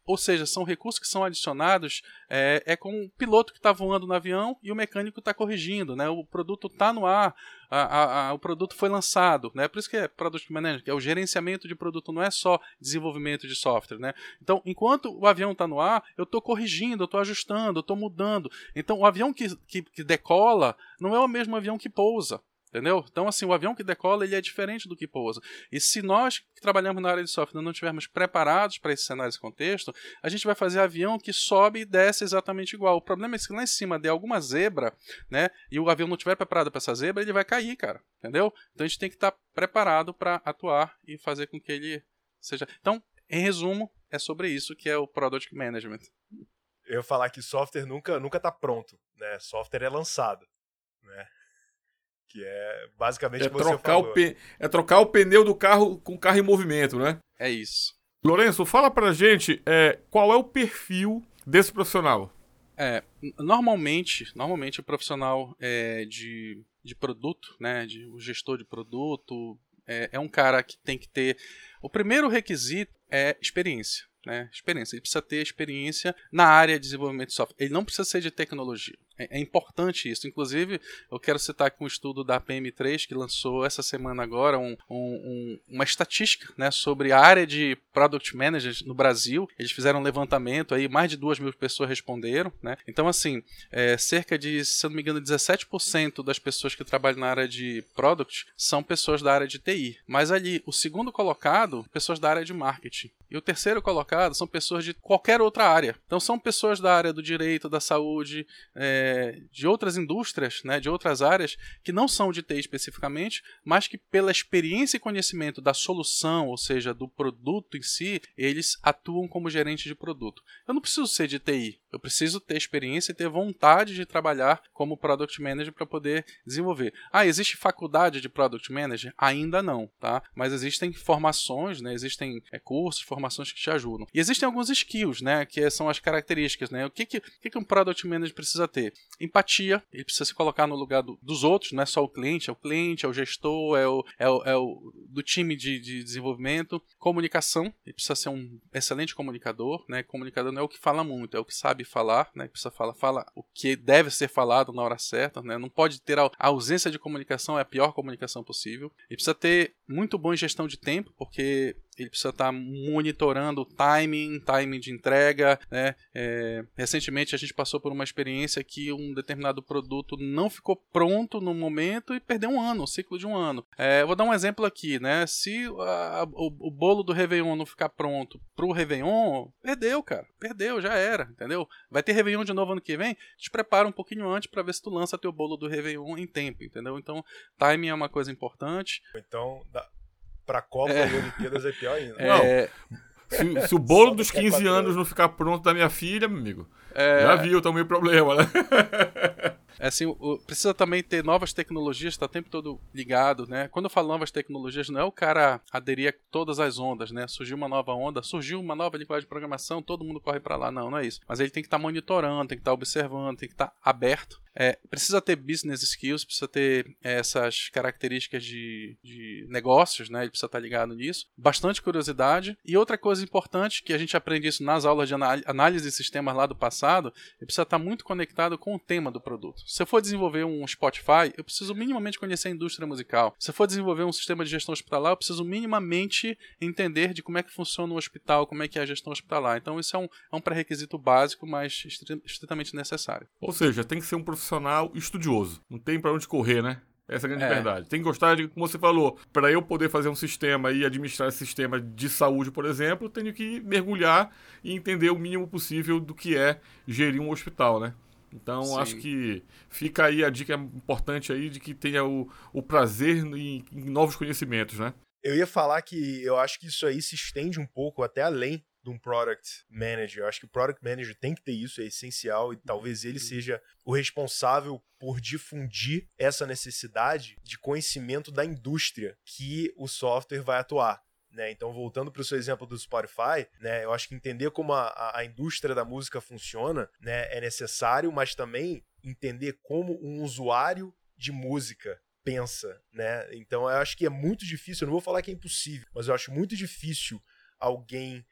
Ou seja, são recursos que são adicionados, é, é com o piloto que está voando no avião e o mecânico está corrigindo, né? O produto está no ar, a, a, a, o produto foi lançado, né? Por isso que é Product Management, que é o gerenciamento de produto, não é só desenvolvimento de software, né? Então, enquanto o avião está no ar, eu estou corrigindo, eu estou ajustando, eu estou mudando. Então, o avião que, que, que decola não é o mesmo avião que pousa. Entendeu? Então, assim, o avião que decola ele é diferente do que pousa. E se nós que trabalhamos na área de software não estivermos preparados para esse cenário, esse contexto, a gente vai fazer avião que sobe e desce exatamente igual. O problema é que se lá em cima der alguma zebra, né, e o avião não estiver preparado para essa zebra, ele vai cair, cara. Entendeu? Então a gente tem que estar preparado para atuar e fazer com que ele seja... Então, em resumo, é sobre isso que é o Product Management. Eu ia falar que software nunca, nunca tá pronto, né? Software é lançado, né? Que é basicamente é o que você trocar falou. O pe... É trocar o pneu do carro com o carro em movimento, né? É isso. Lourenço, fala pra gente é, qual é o perfil desse profissional. É, normalmente, normalmente o profissional é, de, de produto, né, de, o gestor de produto, é, é um cara que tem que ter... O primeiro requisito é experiência. Né, experiência. Ele precisa ter experiência na área de desenvolvimento de software. Ele não precisa ser de tecnologia. É, é importante isso. Inclusive, eu quero citar aqui um estudo da P M três que lançou essa semana agora um, um, um, uma estatística, né, sobre a área de Product Managers no Brasil. Eles fizeram um levantamento, aí, mais de duas mil pessoas responderam. Né? Então, assim, é, cerca de, se eu não me engano, dezessete por cento das pessoas que trabalham na área de Product são pessoas da área de T I. Mas ali, o segundo colocado, pessoas da área de Marketing. E o terceiro colocado são pessoas de qualquer outra área. Então são pessoas da área do direito, da saúde, é, de outras indústrias, né, de outras áreas, que não são de T I especificamente, mas que pela experiência e conhecimento da solução, ou seja, do produto em si, eles atuam como gerente de produto. Eu não preciso ser de T I, eu preciso ter experiência e ter vontade de trabalhar como Product Manager para poder desenvolver. Ah, existe faculdade de Product Manager? Ainda não, tá? Mas existem formações, né, existem é, cursos, formações que te ajudam. E existem alguns skills, né, que são as características, né? O que que, o que, que um Product Manager precisa ter? Empatia, ele precisa se colocar no lugar do, dos outros, não é só o cliente, é o cliente, é o gestor, é o, é o, é o do time de, de desenvolvimento. Comunicação, ele precisa ser um excelente comunicador, né? Comunicador não é o que fala muito, é o que sabe falar, né? Precisa falar, fala o que deve ser falado na hora certa, né? Não pode ter a, a ausência de comunicação, é a pior comunicação possível. Ele precisa ter muito bom em gestão de tempo, porque ele precisa estar monitorando o timing, timing de entrega, né? É, recentemente a gente passou por uma experiência que um determinado produto não ficou pronto no momento e perdeu um ano, um ciclo de um ano. É, vou dar um exemplo aqui, né? Se a, o, o bolo do Réveillon não ficar pronto pro Réveillon, perdeu, cara. Perdeu, já era, entendeu? Vai ter Réveillon de novo ano que vem? Te prepara um pouquinho antes para ver se tu lança teu bolo do Réveillon em tempo, entendeu? Então, timing é uma coisa importante. Então, dá... Pra Copa É. e Olimpíadas é pior ainda. É... Se, se o bolo dos quinze anos não ficar pronto da minha filha, meu amigo, É... já viu também o problema, né? É assim, o, precisa também ter novas tecnologias, está o tempo todo ligado, né? Quando eu falo novas tecnologias, não é o cara aderir a todas as ondas, né? Surgiu uma nova onda, surgiu uma nova linguagem de programação, todo mundo corre para lá. Não, não é isso. Mas ele tem que estar tá monitorando, tem que estar tá observando, tem que estar tá aberto. É, precisa ter business skills, precisa ter é, essas características de, de negócios, né? Ele precisa estar tá ligado nisso. Bastante curiosidade. E outra coisa importante, que a gente aprende isso nas aulas de análise de sistemas lá do passado, ele precisa estar tá muito conectado com o tema do produto. Se eu for desenvolver um Spotify, eu preciso minimamente conhecer a indústria musical. Se eu for desenvolver um sistema de gestão hospitalar, eu preciso minimamente entender de como é que funciona o hospital, como é que é a gestão hospitalar. Então isso é um, é um pré-requisito básico, mas estritamente necessário. Ou seja, tem que ser um profissional estudioso. Não tem pra onde correr, né? Essa é a grande É. verdade. Tem que gostar de, como você falou, para eu poder fazer um sistema e administrar esse sistema de saúde, por exemplo, eu tenho que mergulhar e entender o mínimo possível do que é gerir um hospital, né? Então, Sim. acho que fica aí a dica importante aí de que tenha o, o prazer em, em novos conhecimentos, né? Eu ia falar que eu acho que isso aí se estende um pouco até além de um Product Manager. Eu acho que o Product Manager tem que ter isso, é essencial, e talvez ele seja o responsável por difundir essa necessidade de conhecimento da indústria que o software vai atuar. Né? Então, voltando para o seu exemplo do Spotify, né, eu acho que entender como a, a indústria da música funciona, né, é necessário, mas também entender como um usuário de música pensa. Né? Então, eu acho que é muito difícil, eu não vou falar que é impossível, mas eu acho muito difícil alguém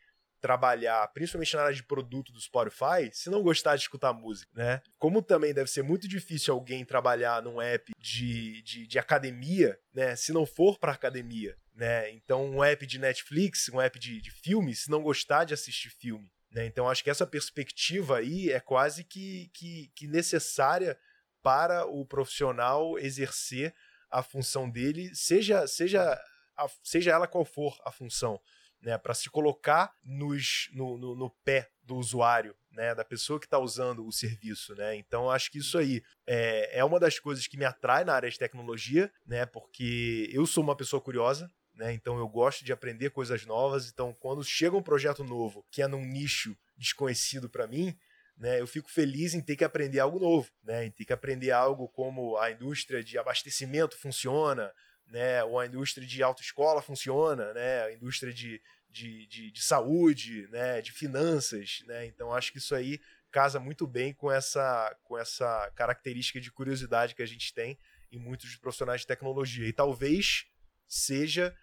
trabalhar, principalmente na área de produto do Spotify, se não gostar de escutar música, né? Como também deve ser muito difícil alguém trabalhar num app de, de, de academia, né? Se não for para academia, né? Então, um app de Netflix, um app de, de filme, se não gostar de assistir filme, né? Então, acho que essa perspectiva aí é quase que, que, que necessária para o profissional exercer a função dele, seja, seja, a, seja ela qual for a função, né, para se colocar nos, no, no, no pé do usuário, né, da pessoa que está usando o serviço. Né? Então, acho que isso aí é, é uma das coisas que me atrai na área de tecnologia, né, porque eu sou uma pessoa curiosa, né, então eu gosto de aprender coisas novas. Então, quando chega um projeto novo que é num nicho desconhecido para mim, né, eu fico feliz em ter que aprender algo novo, né, em ter que aprender algo como a indústria de abastecimento funciona, né, ou a indústria de autoescola funciona, né, a indústria de, de, de, de saúde, né, de finanças. Né, então, acho que isso aí casa muito bem com essa, com essa característica de curiosidade que a gente tem em muitos dos profissionais de tecnologia. E talvez seja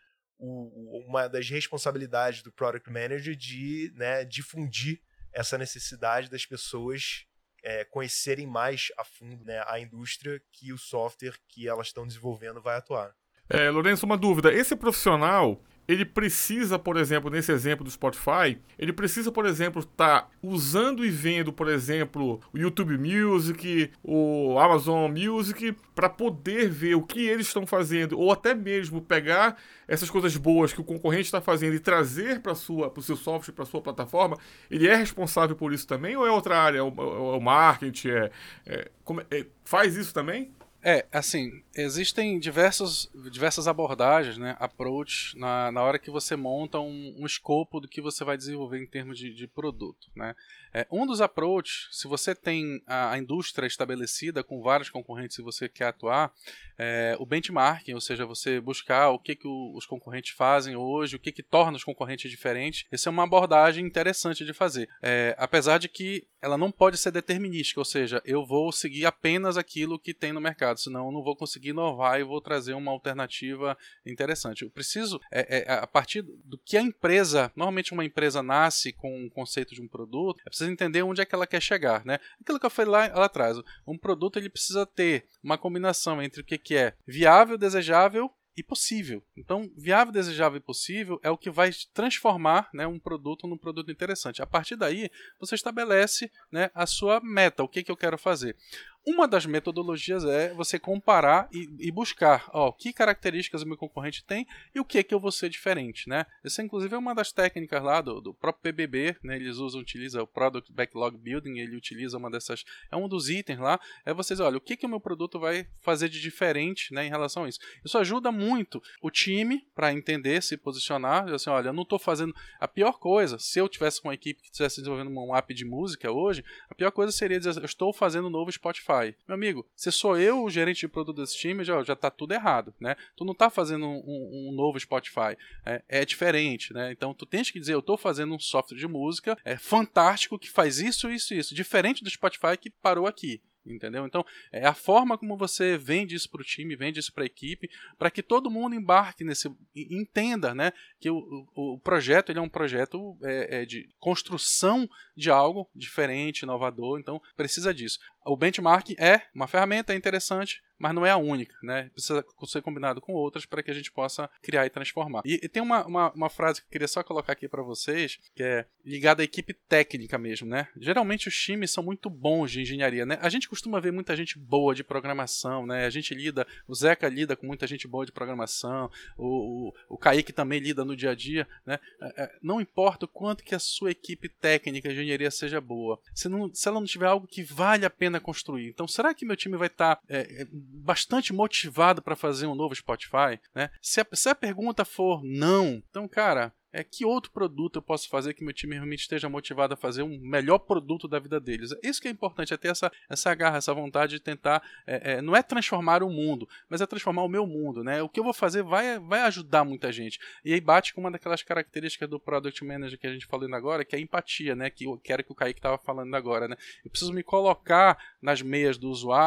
o, uma das responsabilidades do Product Manager de, né, difundir essa necessidade das pessoas é, conhecerem mais a fundo, né, a indústria que o software que elas estão desenvolvendo vai atuar. É, Lourenço, uma dúvida. Esse profissional, ele precisa, por exemplo, nesse exemplo do Spotify, ele precisa, por exemplo, estar tá usando e vendo, por exemplo, o YouTube Music, o Amazon Music, para poder ver o que eles estão fazendo, ou até mesmo pegar essas coisas boas que o concorrente está fazendo e trazer para o seu software, para a sua plataforma. Ele é responsável por isso também, ou é outra área? É o, é o marketing? É, é, como, é, faz isso também? É, assim, existem diversos, diversas abordagens, né, approach, na, na hora que você monta um, um escopo do que você vai desenvolver em termos de, de produto, né. É, um dos approach, se você tem a, a indústria estabelecida com vários concorrentes e você quer atuar, é, o benchmarking, ou seja, você buscar o que, que o, os concorrentes fazem hoje, o que, que torna os concorrentes diferentes, essa é uma abordagem interessante de fazer. É, apesar de que ela não pode ser determinística, ou seja, eu vou seguir apenas aquilo que tem no mercado, senão eu não vou conseguir inovar e vou trazer uma alternativa interessante. Eu preciso, é, é, a partir do que a empresa, normalmente uma empresa nasce com o conceito de um produto, é preciso entender onde é que ela quer chegar, né? Aquilo que eu falei lá, lá atrás, um produto ele precisa ter uma combinação entre o que, que é viável, desejável e possível. Então, viável, desejável e possível é o que vai transformar, né, um produto num produto interessante. A partir daí, você estabelece, né, a sua meta, o que, que eu quero fazer. Uma das metodologias é você comparar e, e buscar ó, que características o meu concorrente tem e o que, que eu vou ser diferente. Né? Essa, inclusive, é uma das técnicas lá do, do próprio P B B. Né? Eles usam, utiliza o Product Backlog Building, ele utiliza uma dessas... É um dos itens lá. É vocês, olha, o que, que o meu produto vai fazer de diferente, né, em relação a isso. Isso ajuda muito o time para entender, se posicionar. Assim, olha, eu não estou fazendo... A pior coisa, se eu tivesse uma equipe que estivesse desenvolvendo um app de música hoje, a pior coisa seria dizer, eu estou fazendo um novo Spotify. Meu amigo, se sou eu o gerente de produto desse time, já, já tá tudo errado, né? Tu não tá fazendo um, um, um novo Spotify, é, é diferente, né? Então tu tens que dizer, eu tô fazendo um software de música é fantástico que faz isso, isso, isso, diferente do Spotify que parou aqui. Entendeu? Então, é a forma como você vende isso para o time, vende isso para a equipe, para que todo mundo embarque nesse, entenda, né, que o, o, o projeto ele é um projeto é, é de construção de algo diferente, inovador, então precisa disso. O benchmark é uma ferramenta, é interessante, mas não é a única, né? Precisa ser combinado com outras para que a gente possa criar e transformar. E, e tem uma, uma, uma frase que eu queria só colocar aqui para vocês, que é ligada à equipe técnica mesmo, né? Geralmente os times são muito bons de engenharia, né? A gente costuma ver muita gente boa de programação, né? A gente lida, o Zeca lida com muita gente boa de programação, o, o, o Kaique também lida no dia a dia, né? É, é, não importa o quanto que a sua equipe técnica de engenharia seja boa, se, não, se ela não tiver algo que vale a pena construir, então será que meu time vai estar tá, é, bastante motivado para fazer um novo Spotify, né? Se a, se a pergunta for não, então, cara, é, que outro produto eu posso fazer que meu time realmente esteja motivado a fazer um melhor produto da vida deles? Isso que é importante, é ter essa, essa garra, essa vontade de tentar, é, é, não é transformar o mundo, mas é transformar o meu mundo, né? O que eu vou fazer vai, vai ajudar muita gente. E aí bate com uma daquelas características do Product Manager que a gente falou ainda agora, que é a empatia, né? Que eu quero que o Kaique estava falando agora, né? Eu preciso me colocar nas meias do usuário,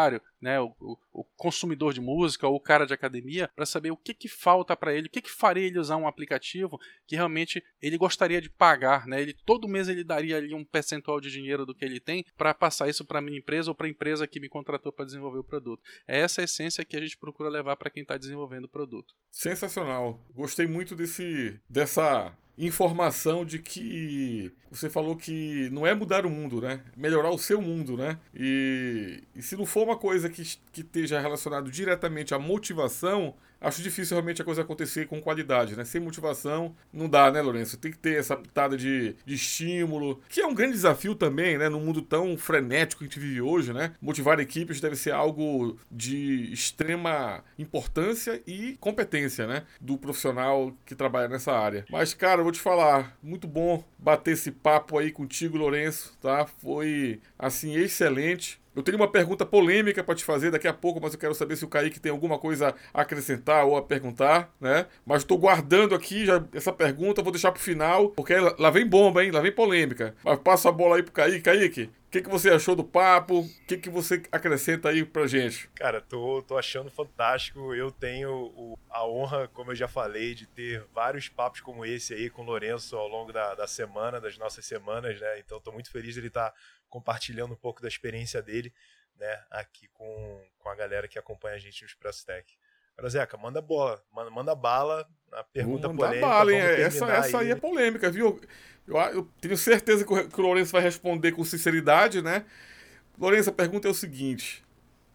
né, o, o, o consumidor de música ou o cara de academia, para saber o que, que falta para ele, o que, que faria ele usar um aplicativo que realmente ele gostaria de pagar, né? Ele, todo mês ele daria ali um percentual de dinheiro do que ele tem para passar isso para a minha empresa ou para a empresa que me contratou para desenvolver o produto. É essa a essência que a gente procura levar para quem está desenvolvendo o produto. Sensacional. Gostei muito desse, dessa informação de que você falou que não é mudar o mundo, né? Melhorar o seu mundo, né? E, e se não for uma coisa que, que esteja relacionado diretamente à motivação, acho difícil realmente a coisa acontecer com qualidade, né? Sem motivação não dá, né, Lourenço? Tem que ter essa pitada de, de estímulo, que é um grande desafio também, né? Num mundo tão frenético que a gente vive hoje, né? Motivar equipes deve ser algo de extrema importância e competência, né? Do profissional que trabalha nessa área. Mas, cara, eu vou te falar, muito bom bater esse papo aí contigo, Lourenço, tá? Foi, assim, excelente. Eu tenho uma pergunta polêmica para te fazer daqui a pouco, mas eu quero saber se o Kaique tem alguma coisa a acrescentar ou a perguntar, né? Mas estou guardando aqui já essa pergunta, vou deixar pro final, porque lá vem bomba, hein? Lá vem polêmica. Mas passa a bola aí pro Kaique. Kaique, o que, que você achou do papo? O que, que você acrescenta aí pra gente? Cara, tô, tô achando fantástico. Eu tenho o, a honra, como eu já falei, de ter vários papos como esse aí com o Lourenço ao longo da, da semana, das nossas semanas, né? Então tô muito feliz de ele estar compartilhando um pouco da experiência dele, né, aqui com, com a galera que acompanha a gente no Expresso Tech. Agora, Zeca, manda bola, manda, manda bala, a pergunta Vou mandar polêmica. Bala, hein? Essa, essa aí é polêmica, viu? Eu, eu tenho certeza que o, que o Lourenço vai responder com sinceridade, né? Lourenço, a pergunta é o seguinte: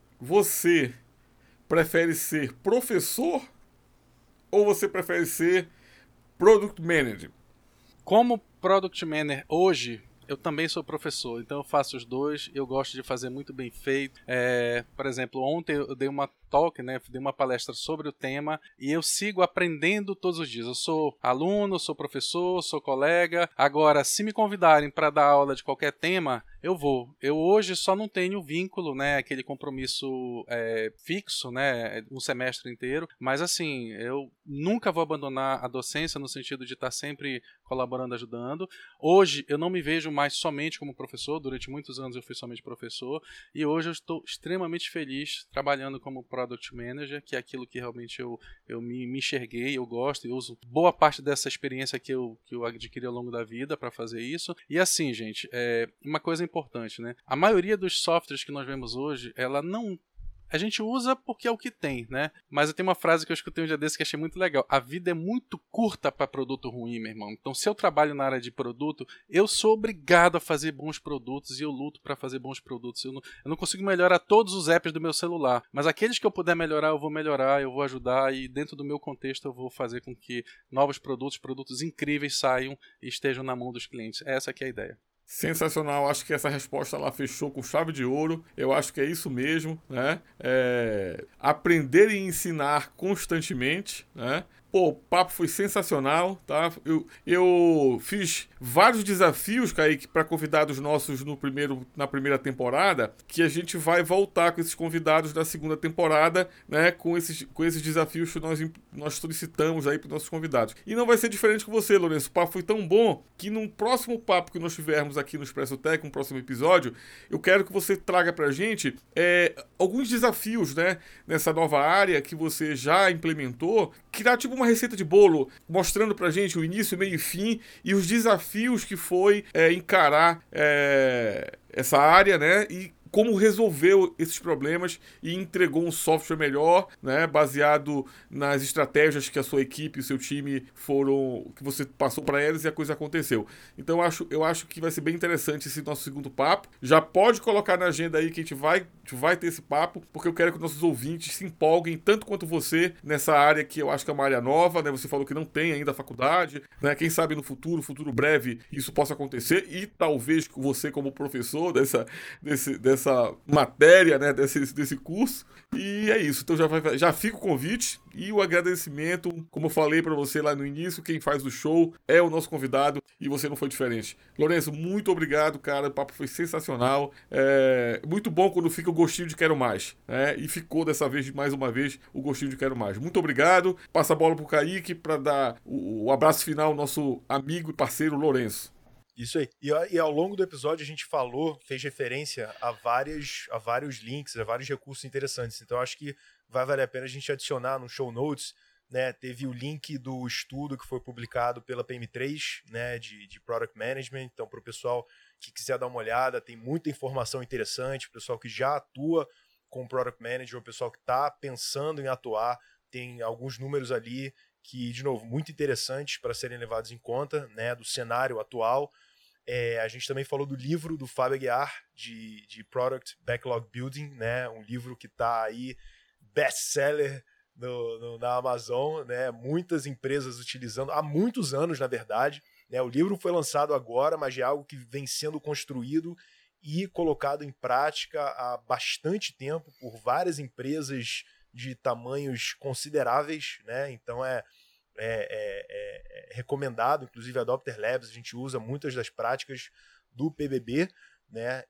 você prefere ser professor ou você prefere ser product manager? Como product manager hoje, eu também sou professor, então eu faço os dois, eu gosto de fazer muito bem feito. É, por exemplo, ontem eu dei uma talk, né, dei uma palestra sobre o tema e eu sigo aprendendo todos os dias. Eu sou aluno, sou professor, sou colega. Agora, se me convidarem para dar aula de qualquer tema, eu vou. Eu hoje só não tenho vínculo, né, aquele compromisso é, fixo, né, um semestre inteiro, mas assim, eu nunca vou abandonar a docência no sentido de estar sempre colaborando, ajudando. Hoje eu não me vejo mais somente como professor, durante muitos anos eu fui somente professor, e hoje eu estou extremamente feliz trabalhando como Product Manager, que é aquilo que realmente eu, eu me, me enxerguei, eu gosto e uso boa parte dessa experiência que eu, que eu adquiri ao longo da vida para fazer isso. E assim, gente, é uma coisa importante, né? A maioria dos softwares que nós vemos hoje, ela não... A gente usa porque é o que tem, né? Mas eu tenho uma frase que eu escutei um dia desse que achei muito legal. A vida é muito curta para produto ruim, meu irmão. Então, se eu trabalho na área de produto, eu sou obrigado a fazer bons produtos e eu luto para fazer bons produtos. Eu não, eu não consigo melhorar todos os apps do meu celular, mas aqueles que eu puder melhorar, eu vou melhorar, eu vou ajudar e dentro do meu contexto eu vou fazer com que novos produtos, produtos incríveis saiam e estejam na mão dos clientes. Essa que é a ideia. Sensacional, acho que essa resposta lá fechou com chave de ouro. Eu acho que é isso mesmo, né? É... Aprender e ensinar constantemente, né? Pô, o papo foi sensacional, tá? Eu, eu fiz vários desafios, Kaique, para convidados nossos no primeiro, na primeira temporada, que a gente vai voltar com esses convidados da segunda temporada, né? Com esses, com esses desafios que nós, nós solicitamos aí para nossos convidados. E não vai ser diferente com você, Lourenço. O papo foi tão bom que num próximo papo que nós tivermos aqui no Expresso Tech, um próximo episódio, eu quero que você traga pra gente é, alguns desafios, né? Nessa nova área que você já implementou, que dá tipo uma receita de bolo, mostrando pra gente o início, meio e fim e os desafios que foi é, encarar é, essa área, né? E como resolveu esses problemas e entregou um software melhor, né, baseado nas estratégias que a sua equipe e o seu time foram, que você passou para eles e a coisa aconteceu. Então eu acho, eu acho que vai ser bem interessante esse nosso segundo papo. Já pode colocar na agenda aí que a gente vai, a gente vai ter esse papo, porque eu quero que nossos ouvintes se empolguem tanto quanto você nessa área que eu acho que é uma área nova, né? Você falou que não tem ainda a faculdade, né? Quem sabe no futuro, futuro breve, isso possa acontecer e talvez você como professor dessa, desse, dessa essa matéria, né, desse, desse curso. E é isso. Então já, vai, já fica o convite e o agradecimento. Como eu falei para você lá no início, quem faz o show é o nosso convidado e você não foi diferente. Lourenço, muito obrigado, cara. O papo foi sensacional. É muito bom quando fica o gostinho de quero mais, né? E ficou dessa vez, mais uma vez, o gostinho de quero mais. Muito obrigado. Passa a bola pro Kaique para dar o, o abraço final ao nosso amigo e parceiro Lourenço. Isso aí. E, e ao longo do episódio a gente falou, fez referência a, várias, a vários links, a vários recursos interessantes. Então acho que vai valer a pena a gente adicionar no show notes, né? Teve o link do estudo que foi publicado pela P M três, né? De, de Product Management. Então para o pessoal que quiser dar uma olhada, tem muita informação interessante. O pessoal que já atua com Product Manager, o pessoal que está pensando em atuar, tem alguns números ali que, de novo, muito interessantes para serem levados em conta, né? Do cenário atual. É, a gente também falou do livro do Fábio Aguiar, de, de Product Backlog Building, né? Um livro que está aí best-seller no, no, na Amazon, né? Muitas empresas utilizando, há muitos anos, na verdade. Né? O livro foi lançado agora, mas é algo que vem sendo construído e colocado em prática há bastante tempo por várias empresas de tamanhos consideráveis, né? Então é É, é, é recomendado, inclusive a Adopter Labs, a gente usa muitas das práticas do P B B, né?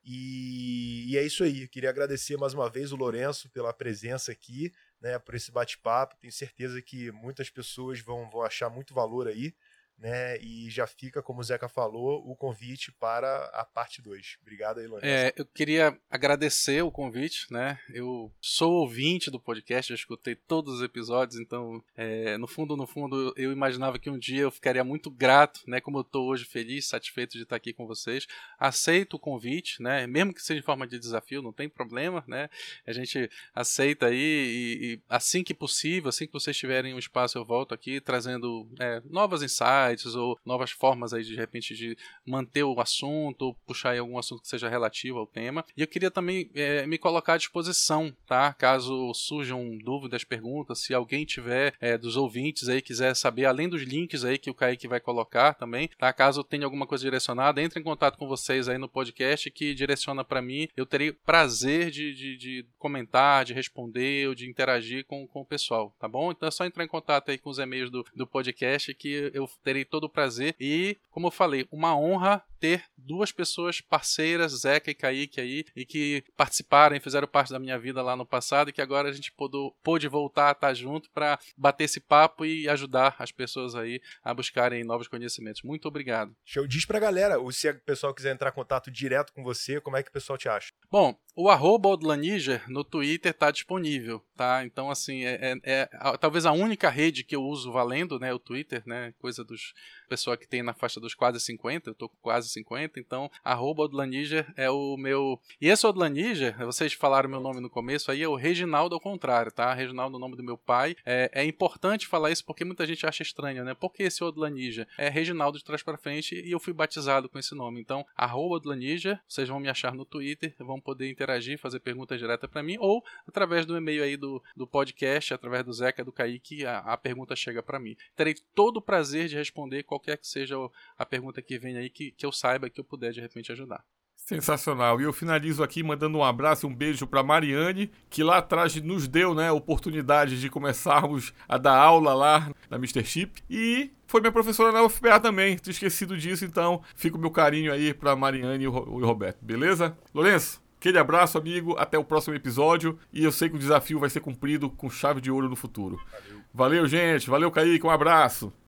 E, e é isso aí. Eu queria agradecer mais uma vez o Lourenço pela presença aqui, né? Por esse bate-papo. Tenho certeza que muitas pessoas vão, vão achar muito valor aí, né? E já fica, como o Zeca falou, o convite para a parte dois. Obrigado aí, Lourenço. É, eu queria agradecer o convite, né? Eu sou ouvinte do podcast, já escutei todos os episódios, então, é, no fundo, no fundo, eu imaginava que um dia eu ficaria muito grato, né? Como eu estou hoje feliz, satisfeito de estar aqui com vocês. Aceito o convite, né? Mesmo que seja em forma de desafio, não tem problema, né? A gente aceita aí e, e assim que possível, assim que vocês tiverem um espaço, eu volto aqui trazendo é, novas insights, ou novas formas aí de, de repente de manter o assunto ou puxar aí algum assunto que seja relativo ao tema. E eu queria também é, me colocar à disposição, tá? Caso surjam dúvidas, perguntas, se alguém tiver é, dos ouvintes aí quiser saber, além dos links aí que o Kaique vai colocar também, tá? Caso tenha alguma coisa direcionada, entre em contato com vocês aí no podcast que direciona para mim. Eu terei prazer de, de, de comentar, de responder ou de interagir com, com o pessoal, tá bom? Então é só entrar em contato aí com os e-mails do, do podcast que eu terei todo o prazer e, como eu falei, uma honra ter duas pessoas parceiras, Zeca e Kaique aí, e que participaram e fizeram parte da minha vida lá no passado e que agora a gente pôde, pôde voltar a estar junto para bater esse papo e ajudar as pessoas aí a buscarem novos conhecimentos. Muito obrigado. Show. Diz pra galera, se o pessoal quiser entrar em contato direto com você, como é que o pessoal te acha? Bom, o arroba Odlaniger no Twitter está disponível, tá? Então, assim, é, é, é a, talvez a única rede que eu uso valendo, né? O Twitter, né? Coisa dos pessoa que tem na faixa dos quase cinquenta, eu tô com quase cinquenta, então arroba Odlaniger é o meu... E esse Odlaniger, vocês falaram meu nome no começo, aí é o Reginaldo ao contrário, tá? Reginaldo é o nome do meu pai. É, é importante falar isso porque muita gente acha estranho, né? Por que esse Odlaniger? É Reginaldo de trás pra frente e eu fui batizado com esse nome. Então, arroba Odlaniger, vocês vão me achar no Twitter, vão poder interagir, fazer perguntas diretas pra mim, ou através do e-mail aí do, do podcast, através do Zeca, do Kaique, a, a pergunta chega pra mim. Terei todo o prazer de responder qualquer que seja a pergunta que vem aí, que, que eu saiba, que eu puder de repente ajudar. Sensacional. E eu finalizo aqui mandando um abraço e um beijo para Mariane, que lá atrás nos deu, né, a oportunidade de começarmos a dar aula lá na mister Chip. E foi minha professora na U F P A também. Tinha esquecido disso, então fica o meu carinho aí para Mariane e o Roberto. Beleza? Lourenço, aquele abraço, amigo. Até o próximo episódio. E eu sei que o desafio vai ser cumprido com chave de ouro no futuro. Valeu, Valeu gente. Valeu, Kaique. Um abraço.